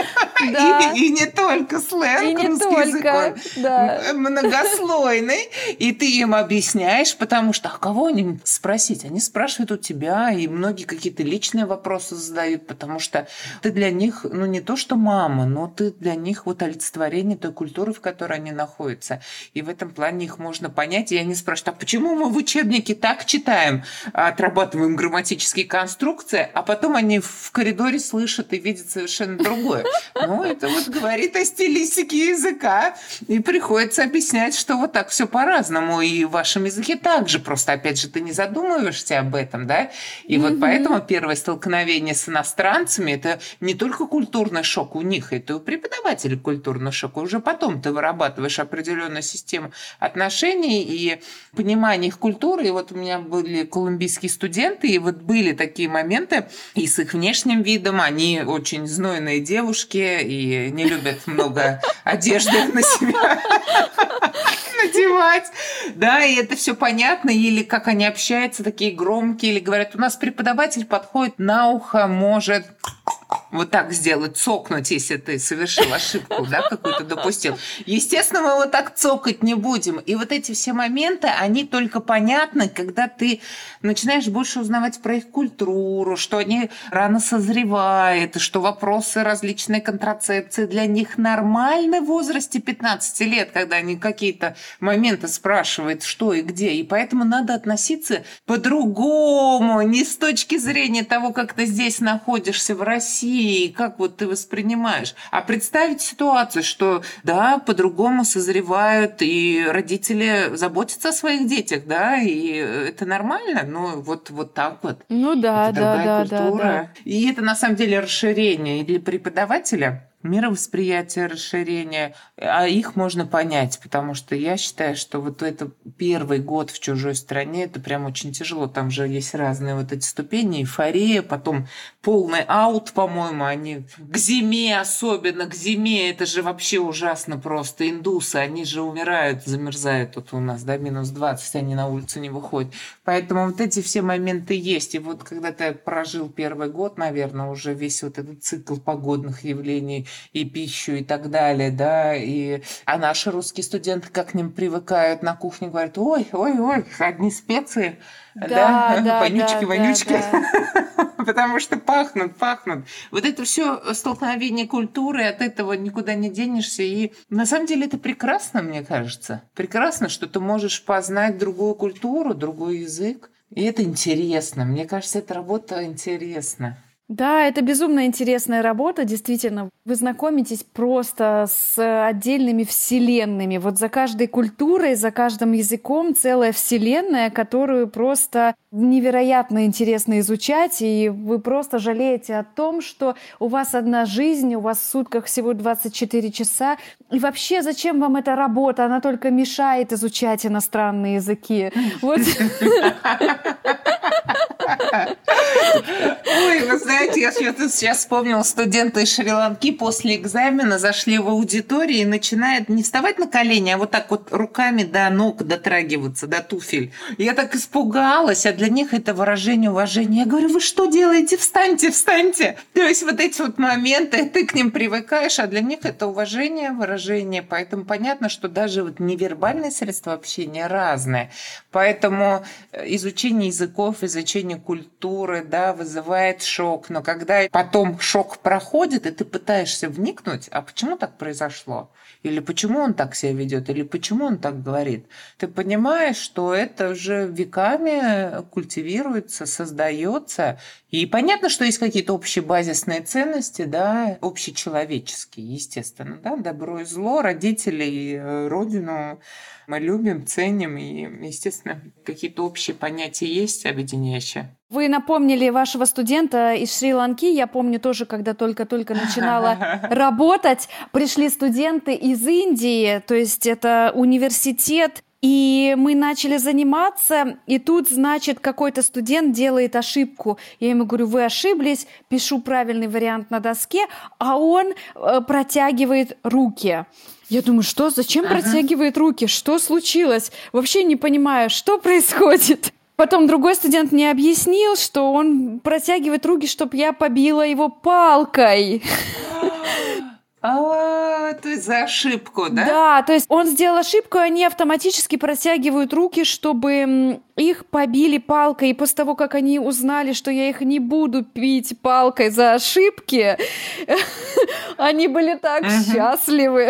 Speaker 1: И не только сленг, русский язык, он многослойный. И ты им объясняешь, потому что, а кого они спросить? Они спрашивают у тебя, и многие какие-то личные вопросы задают, потому что ты для них, не то что мама, но ты для них олицетворение той культуры, в которой они находятся. И в этом плане их можно понять. И они спрашивают, а почему мы в учебнике так читаем, отрабатываем грамматические конструкции, а потом они в коридоре слышат и видят совершенно другое. Это говорит о стилистике языка. И приходится объяснять, что вот так все по-разному. И в вашем языке также. Просто, опять же, ты не задумываешься об этом, да? И вот поэтому первое столкновение с иностранцами – это не только культурный шок у них, это и у преподавателей культурный шок. Уже потом ты вырабатываешь определенную систему отношений и понимание их культуры. И вот у меня были колумбийские студенты, и вот были такие моменты, и с их внешним видом, они очень знойные девушки и не любят много одежды на себя надевать. Да, и это все понятно. Или как они общаются, такие громкие, или говорят, у нас преподаватель подходит на ухо, может вот так сделать, цокнуть, если ты совершил ошибку, да, какую-то допустил. Естественно, мы вот так цокать не будем. И вот эти все моменты, они только понятны, когда ты начинаешь больше узнавать про их культуру, что они рано созревают, что вопросы различной контрацепции для них нормальны в возрасте 15 лет, когда они какие-то моменты спрашивают, что и где. И поэтому надо относиться по-другому, не с точки зрения того, как ты здесь находишься в России, и как ты воспринимаешь. А представить ситуацию, что да, по-другому созревают, и родители заботятся о своих детях, да, и это нормально, вот так вот.
Speaker 2: Да,
Speaker 1: это другая культура. И это на самом деле расширение и для преподавателя, мировосприятие, расширение, а их можно понять, потому что я считаю, что это первый год в чужой стране, это прям очень тяжело, там же есть разные эти ступени, эйфория, потом полный аут, по-моему, они к зиме, особенно к зиме, это же вообще ужасно просто, индусы, они же умирают, замерзают тут у нас, да, минус 20, они на улицу не выходят, поэтому эти все моменты есть, и когда ты прожил первый год, наверное, уже весь этот цикл погодных явлений, и пищу, и так далее, да, а наши русские студенты как к ним привыкают на кухне, говорят, ой, одни специи, вонючки, потому что пахнут. Вот это все столкновение культуры, от этого никуда не денешься, и на самом деле это прекрасно, мне кажется, прекрасно, что ты можешь познать другую культуру, другой язык, и это интересно, мне кажется, эта работа интересна.
Speaker 2: Да, это безумно интересная работа, действительно. Вы знакомитесь просто с отдельными вселенными. За каждой культурой, за каждым языком целая вселенная, которую просто невероятно интересно изучать, и вы просто жалеете о том, что у вас одна жизнь, у вас в сутках всего 24 часа. И вообще, зачем вам эта работа? Она только мешает изучать иностранные языки.
Speaker 1: Ой, вы знаете, я сейчас вспомнила, студенты из Шри-Ланки после экзамена зашли в аудиторию и начинают не вставать на колени, а так руками до ног дотрагиваться, до туфель. Я так испугалась, а для них это выражение уважения. Я говорю, вы что делаете? Встаньте. То есть эти моменты, ты к ним привыкаешь, а для них это уважение, выражение. Поэтому понятно, что даже невербальные средства общения разные. Поэтому изучение языков, изучение культуры, да, да, вызывает шок, но когда потом шок проходит, и ты пытаешься вникнуть, а почему так произошло? Или почему он так себя ведет, или почему он так говорит, ты понимаешь, что это уже веками культивируется, создается. И понятно, что есть какие-то общие базисные ценности, да, общечеловеческие, естественно, да, добро и зло, родителей, родину мы любим, ценим, и, естественно, какие-то общие понятия есть объединяющие.
Speaker 2: Вы напомнили вашего студента из Шри-Ланки. Я помню тоже, когда только-только начинала работать, пришли студенты из Индии, то есть это университет, и мы начали заниматься, и тут, значит, какой-то студент делает ошибку. Я ему говорю, вы ошиблись, пишу правильный вариант на доске, а он протягивает руки. Я думаю, что, зачем протягивает руки, что случилось? Вообще не понимаю, что происходит. Потом другой студент мне объяснил, что он протягивает руки, чтобы я побила его палкой.
Speaker 1: То есть за ошибку, да?
Speaker 2: Да, то есть он сделал ошибку, и они автоматически протягивают руки, чтобы их побили палкой. И после того, как они узнали, что я их не буду бить палкой за ошибки, они были так счастливы.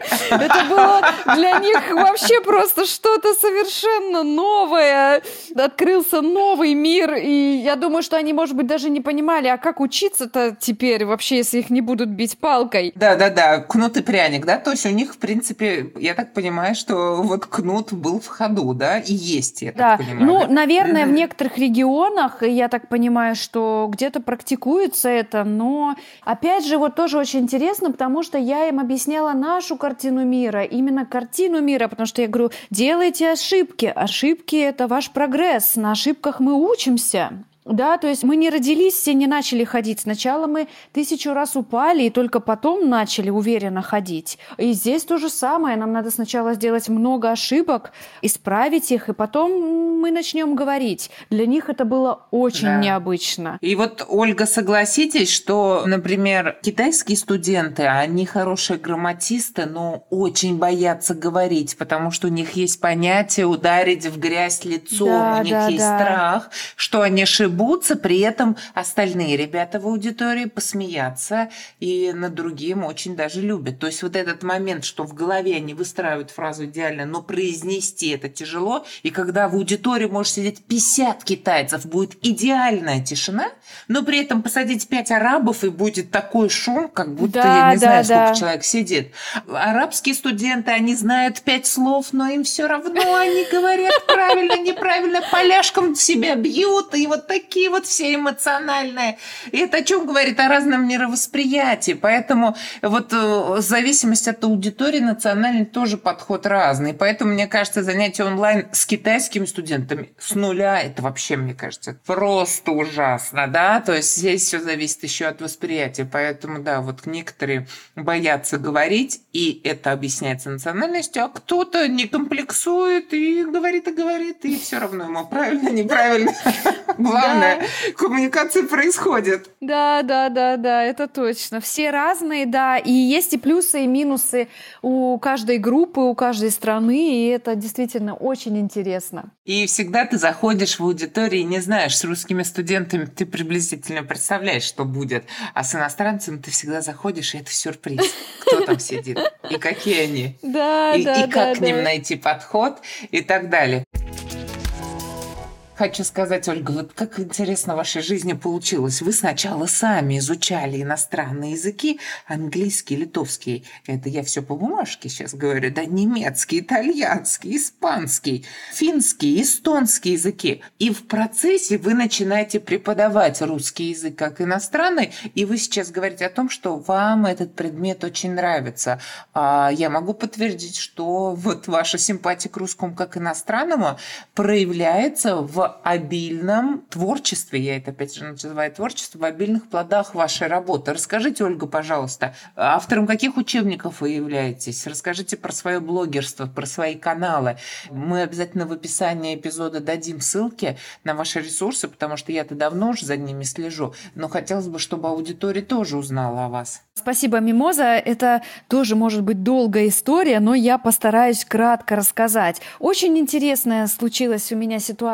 Speaker 2: Это было для них вообще просто что-то совершенно новое. Открылся новый мир, и я думаю, что они, может быть, даже не понимали, а как учиться-то теперь вообще, если их не будут бить палкой.
Speaker 1: Да, кнут и пряник, да, то есть у них, в принципе, я так понимаю, что вот кнут был в ходу, да, и есть, я так понимаю.
Speaker 2: Ну, наверное, в некоторых регионах, я так понимаю, что где-то практикуется это, но, опять же, вот тоже очень интересно, потому что я им объясняла нашу картину мира, именно картину мира, потому что я говорю, делайте ошибки, ошибки – это ваш прогресс, на ошибках мы учимся. Да, то есть мы не родились, все не начали ходить. Сначала мы 1000 раз упали, и только потом начали уверенно ходить. И здесь то же самое. Нам надо сначала сделать много ошибок, исправить их, и потом мы начнем говорить. Для них это было очень необычно.
Speaker 1: И вот, Ольга, согласитесь, что, например, китайские студенты, они хорошие грамматисты, но очень боятся говорить, потому что у них есть понятие ударить в грязь лицом, у них есть страх, что они ошибутся, при этом остальные ребята в аудитории посмеяться и над другим очень даже любят. То есть вот этот момент, что в голове они выстраивают фразу идеально, но произнести это тяжело, и когда в аудитории может сидеть 50 китайцев, будет идеальная тишина, но при этом посадить 5 арабов, и будет такой шум, как будто, я не знаю, сколько человек сидит. Арабские студенты, они знают 5 слов, но им все равно, они говорят правильно, неправильно, поляшком себя бьют, и вот такие вот все эмоциональные. И это о чем говорит? О разном мировосприятии. Поэтому вот в зависимости от аудитории национальный тоже подход разный. Поэтому, мне кажется, занятие онлайн с китайскими студентами с нуля, это вообще, мне кажется, просто ужасно, да? То есть здесь все зависит еще от восприятия. Поэтому, да, вот некоторые боятся говорить, и это объясняется национальностью, а кто-то не комплексует и говорит, и все равно ему правильно, неправильно. Главное, коммуникация происходит.
Speaker 2: Да, это точно. Все разные, да, и есть и плюсы, и минусы у каждой группы, у каждой страны, и это действительно очень интересно.
Speaker 1: И всегда ты заходишь в аудиторию и не знаешь, с русскими студентами ты приблизительно представляешь, что будет, а с иностранцем ты всегда заходишь, и это сюрприз. Кто там сидит, и какие они, и как к ним найти подход, и так далее. Хочу сказать, Ольга, вот как интересно в вашей жизни получилось. Вы сначала сами изучали иностранные языки, английский, литовский. Это я все по бумажке сейчас говорю, да, немецкий, итальянский, испанский, финский, эстонский языки. И в процессе вы начинаете преподавать русский язык как иностранный, и вы сейчас говорите о том, что вам этот предмет очень нравится. Я могу подтвердить, что вот ваша симпатия к русскому как иностранному проявляется в обильном творчестве, я это опять же называю творчество, в обильных плодах вашей работы. Расскажите, Ольга, пожалуйста, автором каких учебников вы являетесь? Расскажите про свое блогерство, про свои каналы. Мы обязательно в описании эпизода дадим ссылки на ваши ресурсы, потому что я-то давно уже за ними слежу, но хотелось бы, чтобы аудитория тоже узнала о вас.
Speaker 2: Спасибо, Мимоза. Это тоже может быть долгая история, но я постараюсь кратко рассказать. Очень интересная случилась у меня ситуация с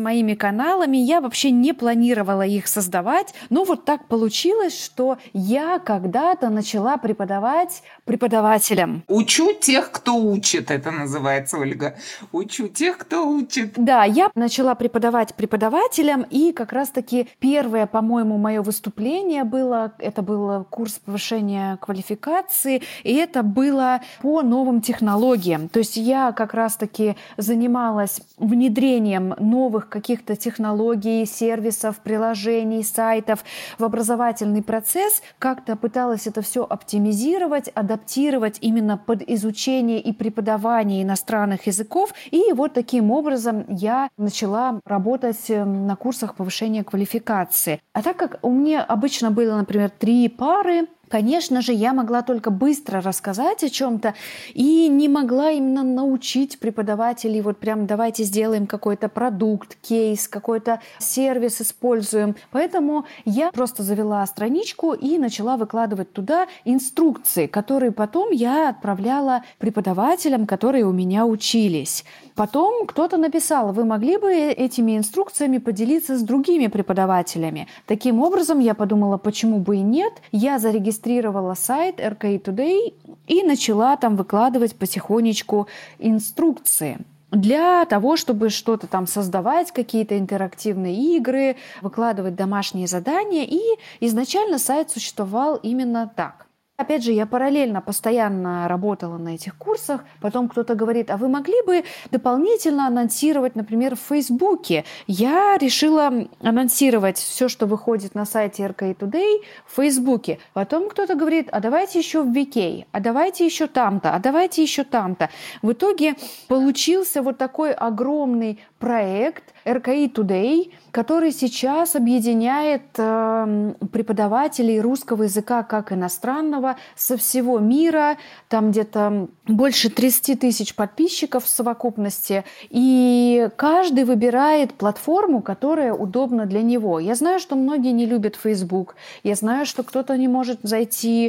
Speaker 2: моими каналами. Я вообще не планировала их создавать, но вот так получилось, что я когда-то начала преподавать преподавателям.
Speaker 1: Учу тех, кто учит, это называется, Ольга. Учу тех, кто учит.
Speaker 2: Да, я начала преподавать преподавателям, и как раз-таки первое, по-моему, мое выступление было, это был курс повышения квалификации, и это было по новым технологиям. То есть я как раз-таки занималась внедрением новых каких-то технологий, сервисов, приложений, сайтов в образовательный процесс, как-то пыталась это все оптимизировать, адаптировать именно под изучение и преподавание иностранных языков. И вот таким образом я начала работать на курсах повышения квалификации. А так как у меня обычно было, например, 3 пары, конечно же, я могла только быстро рассказать о чем-то и не могла именно научить преподавателей, вот прям давайте сделаем какой-то продукт, кейс, какой-то сервис используем. Поэтому я просто завела страничку и начала выкладывать туда инструкции, которые потом я отправляла преподавателям, которые у меня учились. Потом кто-то написал, вы могли бы этими инструкциями поделиться с другими преподавателями. Таким образом, я подумала, почему бы и нет. Я зарегистрировала сайт RKE Today и начала там выкладывать потихонечку инструкции для того, чтобы что-то там создавать, какие-то интерактивные игры, выкладывать домашние задания. И изначально сайт существовал именно так. Опять же, я параллельно постоянно работала на этих курсах. Потом кто-то говорит, а вы могли бы дополнительно анонсировать, например, в Фейсбуке? Я решила анонсировать все, что выходит на сайте RKE Today в Фейсбуке. Потом кто-то говорит, а давайте еще в VK, а давайте еще там-то, а давайте еще там-то. В итоге получился вот такой огромный проект RKE Today, который сейчас объединяет преподавателей русского языка как иностранного со всего мира. Там где-то больше 30 тысяч подписчиков в совокупности. И каждый выбирает платформу, которая удобна для него. Я знаю, что многие не любят Facebook. Я знаю, что кто-то не может зайти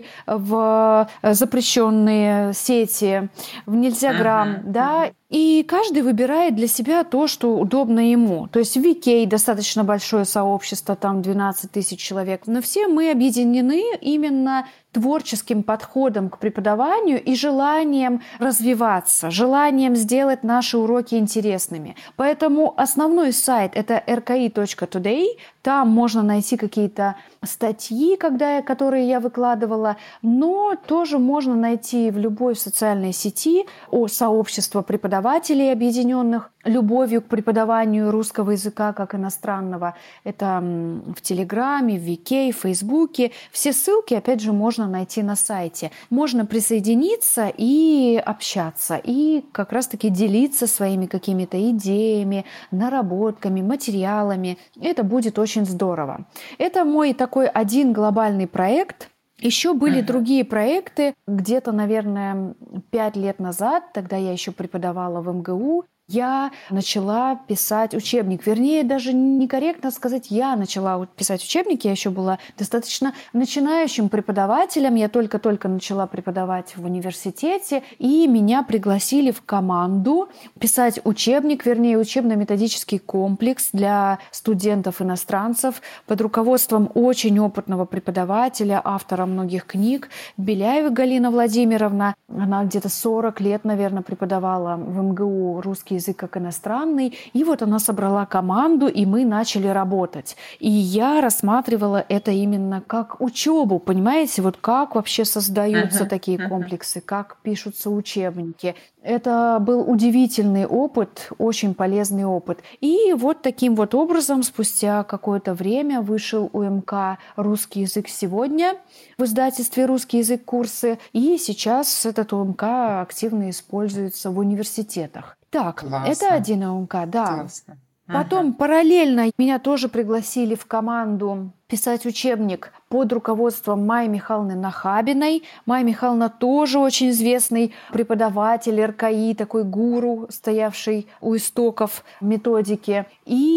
Speaker 2: в запрещенные сети, в Нельзяграм, да. И каждый выбирает для себя то, что удобно ему. То есть в VK достаточно большое сообщество, там 12 тысяч человек. Но все мы объединены именно творческим подходом к преподаванию и желанием развиваться, желанием сделать наши уроки интересными. Поэтому основной сайт – это rki.today. Там можно найти какие-то статьи, которые я выкладывала, но тоже можно найти в любой социальной сети сообщество преподавателей, объединенных любовью к преподаванию русского языка как иностранного. Это в Телеграме, в VK, в Фейсбуке. Все ссылки, опять же, можно найти на сайте. Можно присоединиться и общаться, и как раз-таки делиться своими какими-то идеями, наработками, материалами. Это будет очень здорово. Это мой такой один глобальный проект. Еще были другие проекты. Где-то, наверное, 5 лет назад, тогда я еще преподавала в МГУ, я начала писать учебник. Вернее, даже некорректно сказать, я начала писать учебник. Я еще была достаточно начинающим преподавателем. Я только-только начала преподавать в университете. И меня пригласили в команду писать учебник, вернее, учебно-методический комплекс для студентов-иностранцев под руководством очень опытного преподавателя, автора многих книг, Беляева Галина Владимировна. Она где-то 40 лет, наверное, преподавала в МГУ русский язык как иностранный. И вот она собрала команду, и мы начали работать. И я рассматривала это именно как учебу, понимаете, вот как вообще создаются такие комплексы, как пишутся учебники. Это был удивительный опыт, очень полезный опыт. И вот таким вот образом спустя какое-то время вышел УМК «Русский язык сегодня» в издательстве «Русский язык. Курсы». И сейчас этот УМК активно используется в университетах. Так,
Speaker 1: Классно.
Speaker 2: Это один УМК, да.
Speaker 1: Классно.
Speaker 2: Потом параллельно меня тоже пригласили в команду писать учебник под руководством Майи Михайловны Нахабиной. Майя Михайловна тоже очень известный преподаватель РКИ, такой гуру, стоявший у истоков методики.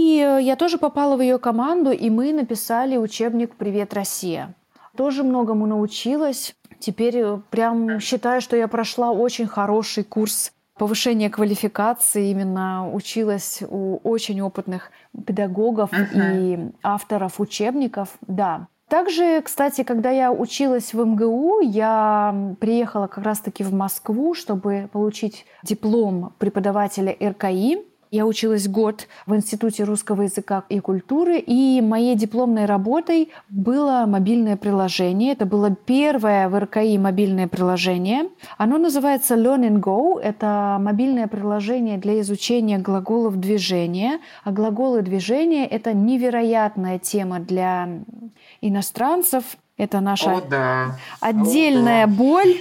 Speaker 2: И я тоже попала в ее команду, и мы написали учебник «Привет, Россия». Тоже многому научилась. Теперь прям считаю, что я прошла очень хороший курс повышения квалификации именно училась у очень опытных педагогов и авторов учебников, да. Также, кстати, когда я училась в МГУ, я приехала как раз-таки в Москву, чтобы получить диплом преподавателя РКИ. Я училась год в Институте русского языка и культуры, и моей дипломной работой было мобильное приложение. Это было первое в РКИ мобильное приложение. Оно называется Learn and Go. Это мобильное приложение для изучения глаголов движения. А глаголы движения — это невероятная тема для иностранцев. Это наша отдельная боль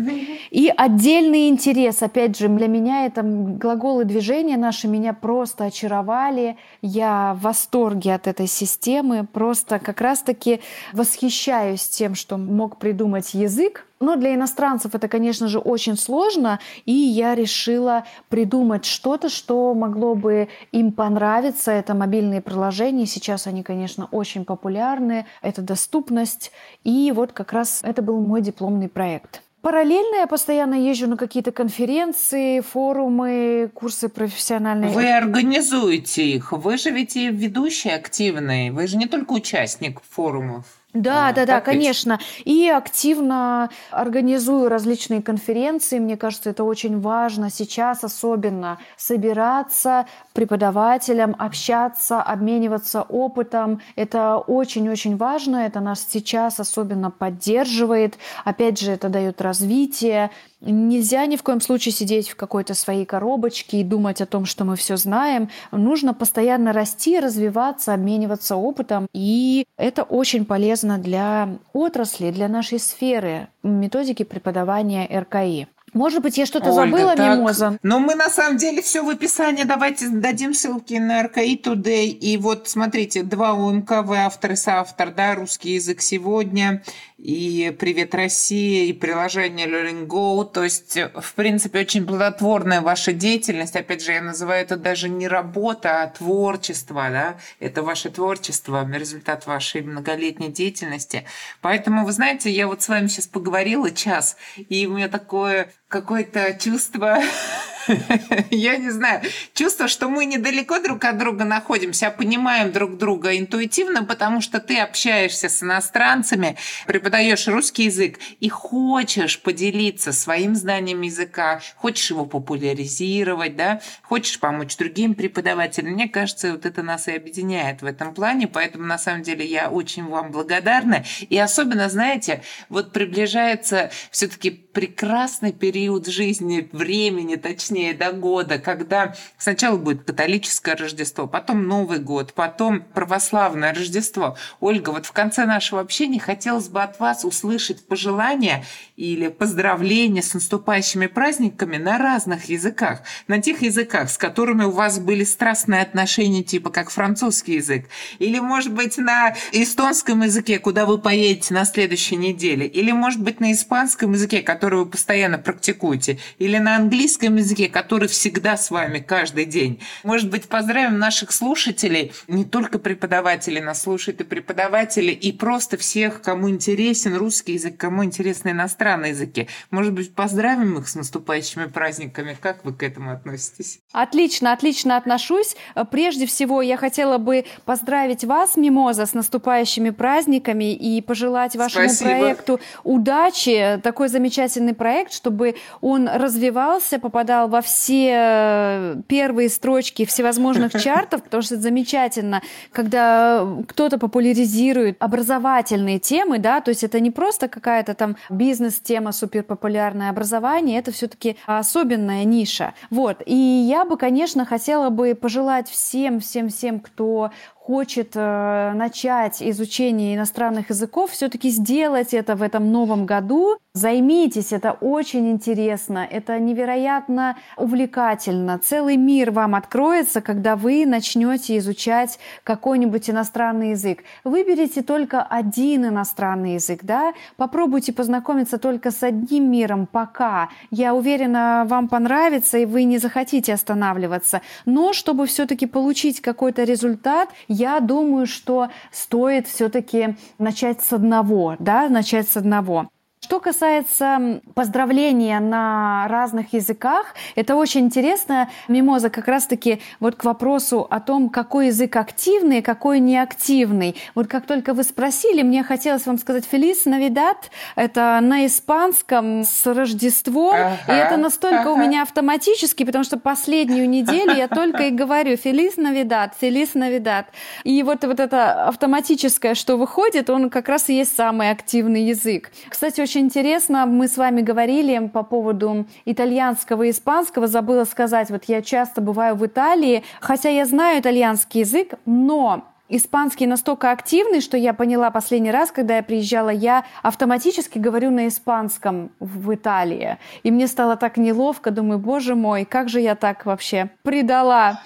Speaker 2: и отдельный интерес. Опять же, для меня это глаголы движения наши меня просто очаровали. Я в восторге от этой системы. Просто как раз-таки восхищаюсь тем, что мог придумать язык. Но для иностранцев это, конечно же, очень сложно, и я решила придумать что-то, что могло бы им понравиться. Это мобильные приложения, сейчас они, конечно, очень популярны, это доступность, и вот как раз это был мой дипломный проект. Параллельно я постоянно езжу на какие-то конференции, форумы, курсы профессиональные.
Speaker 1: Вы организуете их, вы же ведь и ведущий активный, вы же не только участник форумов.
Speaker 2: Да, конечно. И активно организую различные конференции. Мне кажется, это очень важно сейчас особенно собираться преподавателям, общаться, обмениваться опытом. Это очень-очень важно. Это нас сейчас особенно поддерживает. Опять же, это дает развитие. Нельзя ни в коем случае сидеть в какой-то своей коробочке и думать о том, что мы все знаем. Нужно постоянно расти, развиваться, обмениваться опытом. И это очень полезно для отрасли, для нашей сферы методики преподавания РКИ. Может быть, я что-то забыла, Мимоза?
Speaker 1: Но мы на самом деле все в описании. Давайте дадим ссылки на РКИ Today. И вот смотрите, 2 УМК, автор и соавтор, да, «Русский язык сегодня», и «Привет, Россия», и приложение Learn Go. То есть, в принципе, очень плодотворная ваша деятельность. Опять же, я называю это даже не работа, а творчество, да. Это ваше творчество, результат вашей многолетней деятельности. Поэтому, вы знаете, я вот с вами сейчас поговорила час, и у меня такое какое-то чувство, я не знаю, чувство, что мы недалеко друг от друга находимся, а понимаем друг друга интуитивно, потому что ты общаешься с иностранцами, преподаешь русский язык и хочешь поделиться своим знанием языка, хочешь его популяризировать, да, хочешь помочь другим преподавателям. Мне кажется, вот это нас и объединяет в этом плане, поэтому на самом деле я очень вам благодарна. И особенно, знаете, вот приближается все-таки прекрасный период жизни, времени, точнее, до года, когда сначала будет католическое Рождество, потом Новый год, потом православное Рождество. Ольга, вот в конце нашего общения хотелось бы от вас услышать пожелания или поздравления с наступающими праздниками на разных языках, на тех языках, с которыми у вас были страстные отношения, типа как французский язык, или, может быть, на эстонском языке, куда вы поедете на следующей неделе, или, может быть, на испанском языке, который вы постоянно практикуете, или на английском языке, который всегда с вами каждый день. Может быть, поздравим наших слушателей, не только преподавателей, нас слушают и преподаватели, и просто всех, кому интересен русский язык, кому интересны иностранные языки. Может быть, поздравим их с наступающими праздниками. Как вы к этому относитесь?
Speaker 2: Отлично отношусь. Прежде всего, я хотела бы поздравить вас, Мимоза, с наступающими праздниками и пожелать вашему проекту удачи. Такой замечательный проект, чтобы он развивался, попадал во все первые строчки всевозможных чартов, потому что это замечательно, когда кто-то популяризирует образовательные темы, да, то есть это не просто какая-то там бизнес-тема суперпопулярное образование, это все-таки особенная ниша. Вот. И я бы, конечно, хотела бы пожелать всем, кто хочет начать изучение иностранных языков, все-таки сделать это в этом новом году. Займитесь, это очень интересно, это невероятно увлекательно. Целый мир вам откроется, когда вы начнете изучать какой-нибудь иностранный язык. Выберите только один иностранный язык, да? Попробуйте познакомиться только с одним миром пока. Я уверена, вам понравится, и вы не захотите останавливаться. Но чтобы все-таки получить какой-то результат, я думаю, что стоит все-таки начать с одного, да, начать с одного. Что касается поздравления на разных языках, это очень интересно. Мимоза, как раз-таки вот к вопросу о том, какой язык активный, какой неактивный. Вот как только вы спросили, мне хотелось вам сказать «Feliz Navidad». Это на испанском с Рождеством. И это настолько у меня автоматически, потому что последнюю неделю я только и говорю «Feliz Navidad», «Feliz Navidad». И вот это автоматическое, что выходит, он как раз и есть самый активный язык. Кстати, очень интересно, мы с вами говорили по поводу итальянского и испанского. Забыла сказать, вот я часто бываю в Италии, хотя я знаю итальянский язык, но испанский настолько активный, что я поняла последний раз, когда я приезжала, я автоматически говорю на испанском в Италии. И мне стало так неловко, думаю, боже мой, как же я так вообще предала.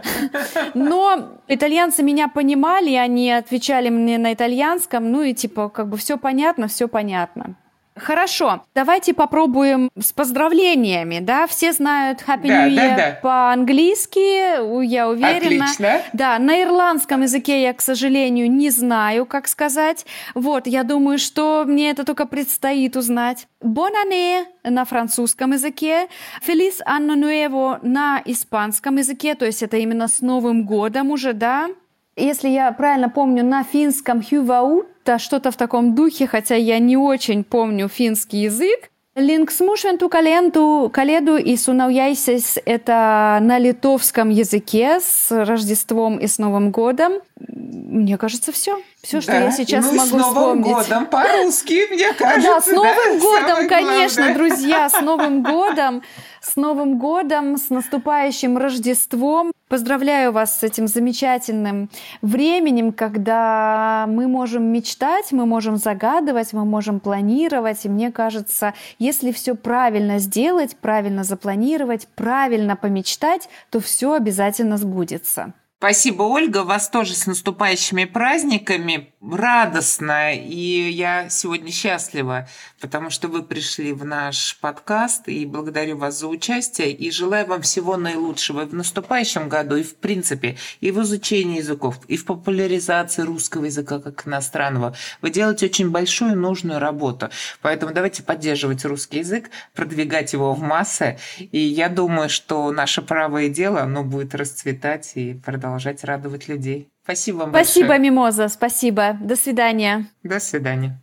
Speaker 2: Но итальянцы меня понимали, они отвечали мне на итальянском, ну и типа как бы все понятно, все понятно. Хорошо, давайте попробуем с поздравлениями, да? Все знают Happy New Year по-английски, я уверена.
Speaker 1: Отлично.
Speaker 2: Да, на ирландском языке я, к сожалению, не знаю, как сказать. Вот, я думаю, что мне это только предстоит узнать. Bon année на французском языке, Feliz Año Nuevo на испанском языке, то есть это именно с Новым годом уже, да? Если я правильно помню, на финском «hyvää uutta», что-то в таком духе, хотя я не очень помню финский язык. «Linksmušventu kalėdų и sunaujaisis» — это на литовском языке с Рождеством и с Новым годом. Мне кажется, все, что я сейчас могу вспомнить.
Speaker 1: С Новым годом по-русски, мне кажется.
Speaker 2: Да, с Новым годом, конечно, друзья, с Новым годом. С Новым годом, с наступающим Рождеством. Поздравляю вас с этим замечательным временем, когда мы можем мечтать, мы можем загадывать, мы можем планировать. И мне кажется, если все правильно сделать, правильно запланировать, правильно помечтать, то все обязательно сбудется.
Speaker 1: Спасибо, Ольга. Вас тоже с наступающими праздниками. Радостно. И я сегодня счастлива, потому что вы пришли в наш подкаст. И благодарю вас за участие. И желаю вам всего наилучшего и в наступающем году, и в принципе, и в изучении языков, и в популяризации русского языка как иностранного. Вы делаете очень большую нужную работу. Поэтому давайте поддерживать русский язык, продвигать его в массы. И я думаю, что наше правое дело, оно будет расцветать и продолжать радовать людей. Спасибо вам большое.
Speaker 2: Спасибо, Мимоза, спасибо. До свидания.
Speaker 1: До свидания.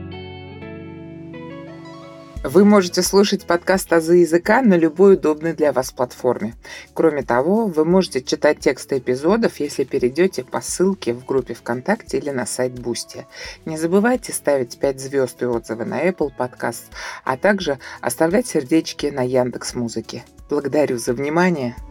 Speaker 1: Вы можете слушать подкаст «Азы языка» на любой удобной для вас платформе. Кроме того, вы можете читать тексты эпизодов, если перейдете по ссылке в группе ВКонтакте или на сайт Boosty. Не забывайте ставить 5 звезд и отзывы на Apple Podcast, а также оставлять сердечки на Яндекс.Музыке. Благодарю за внимание.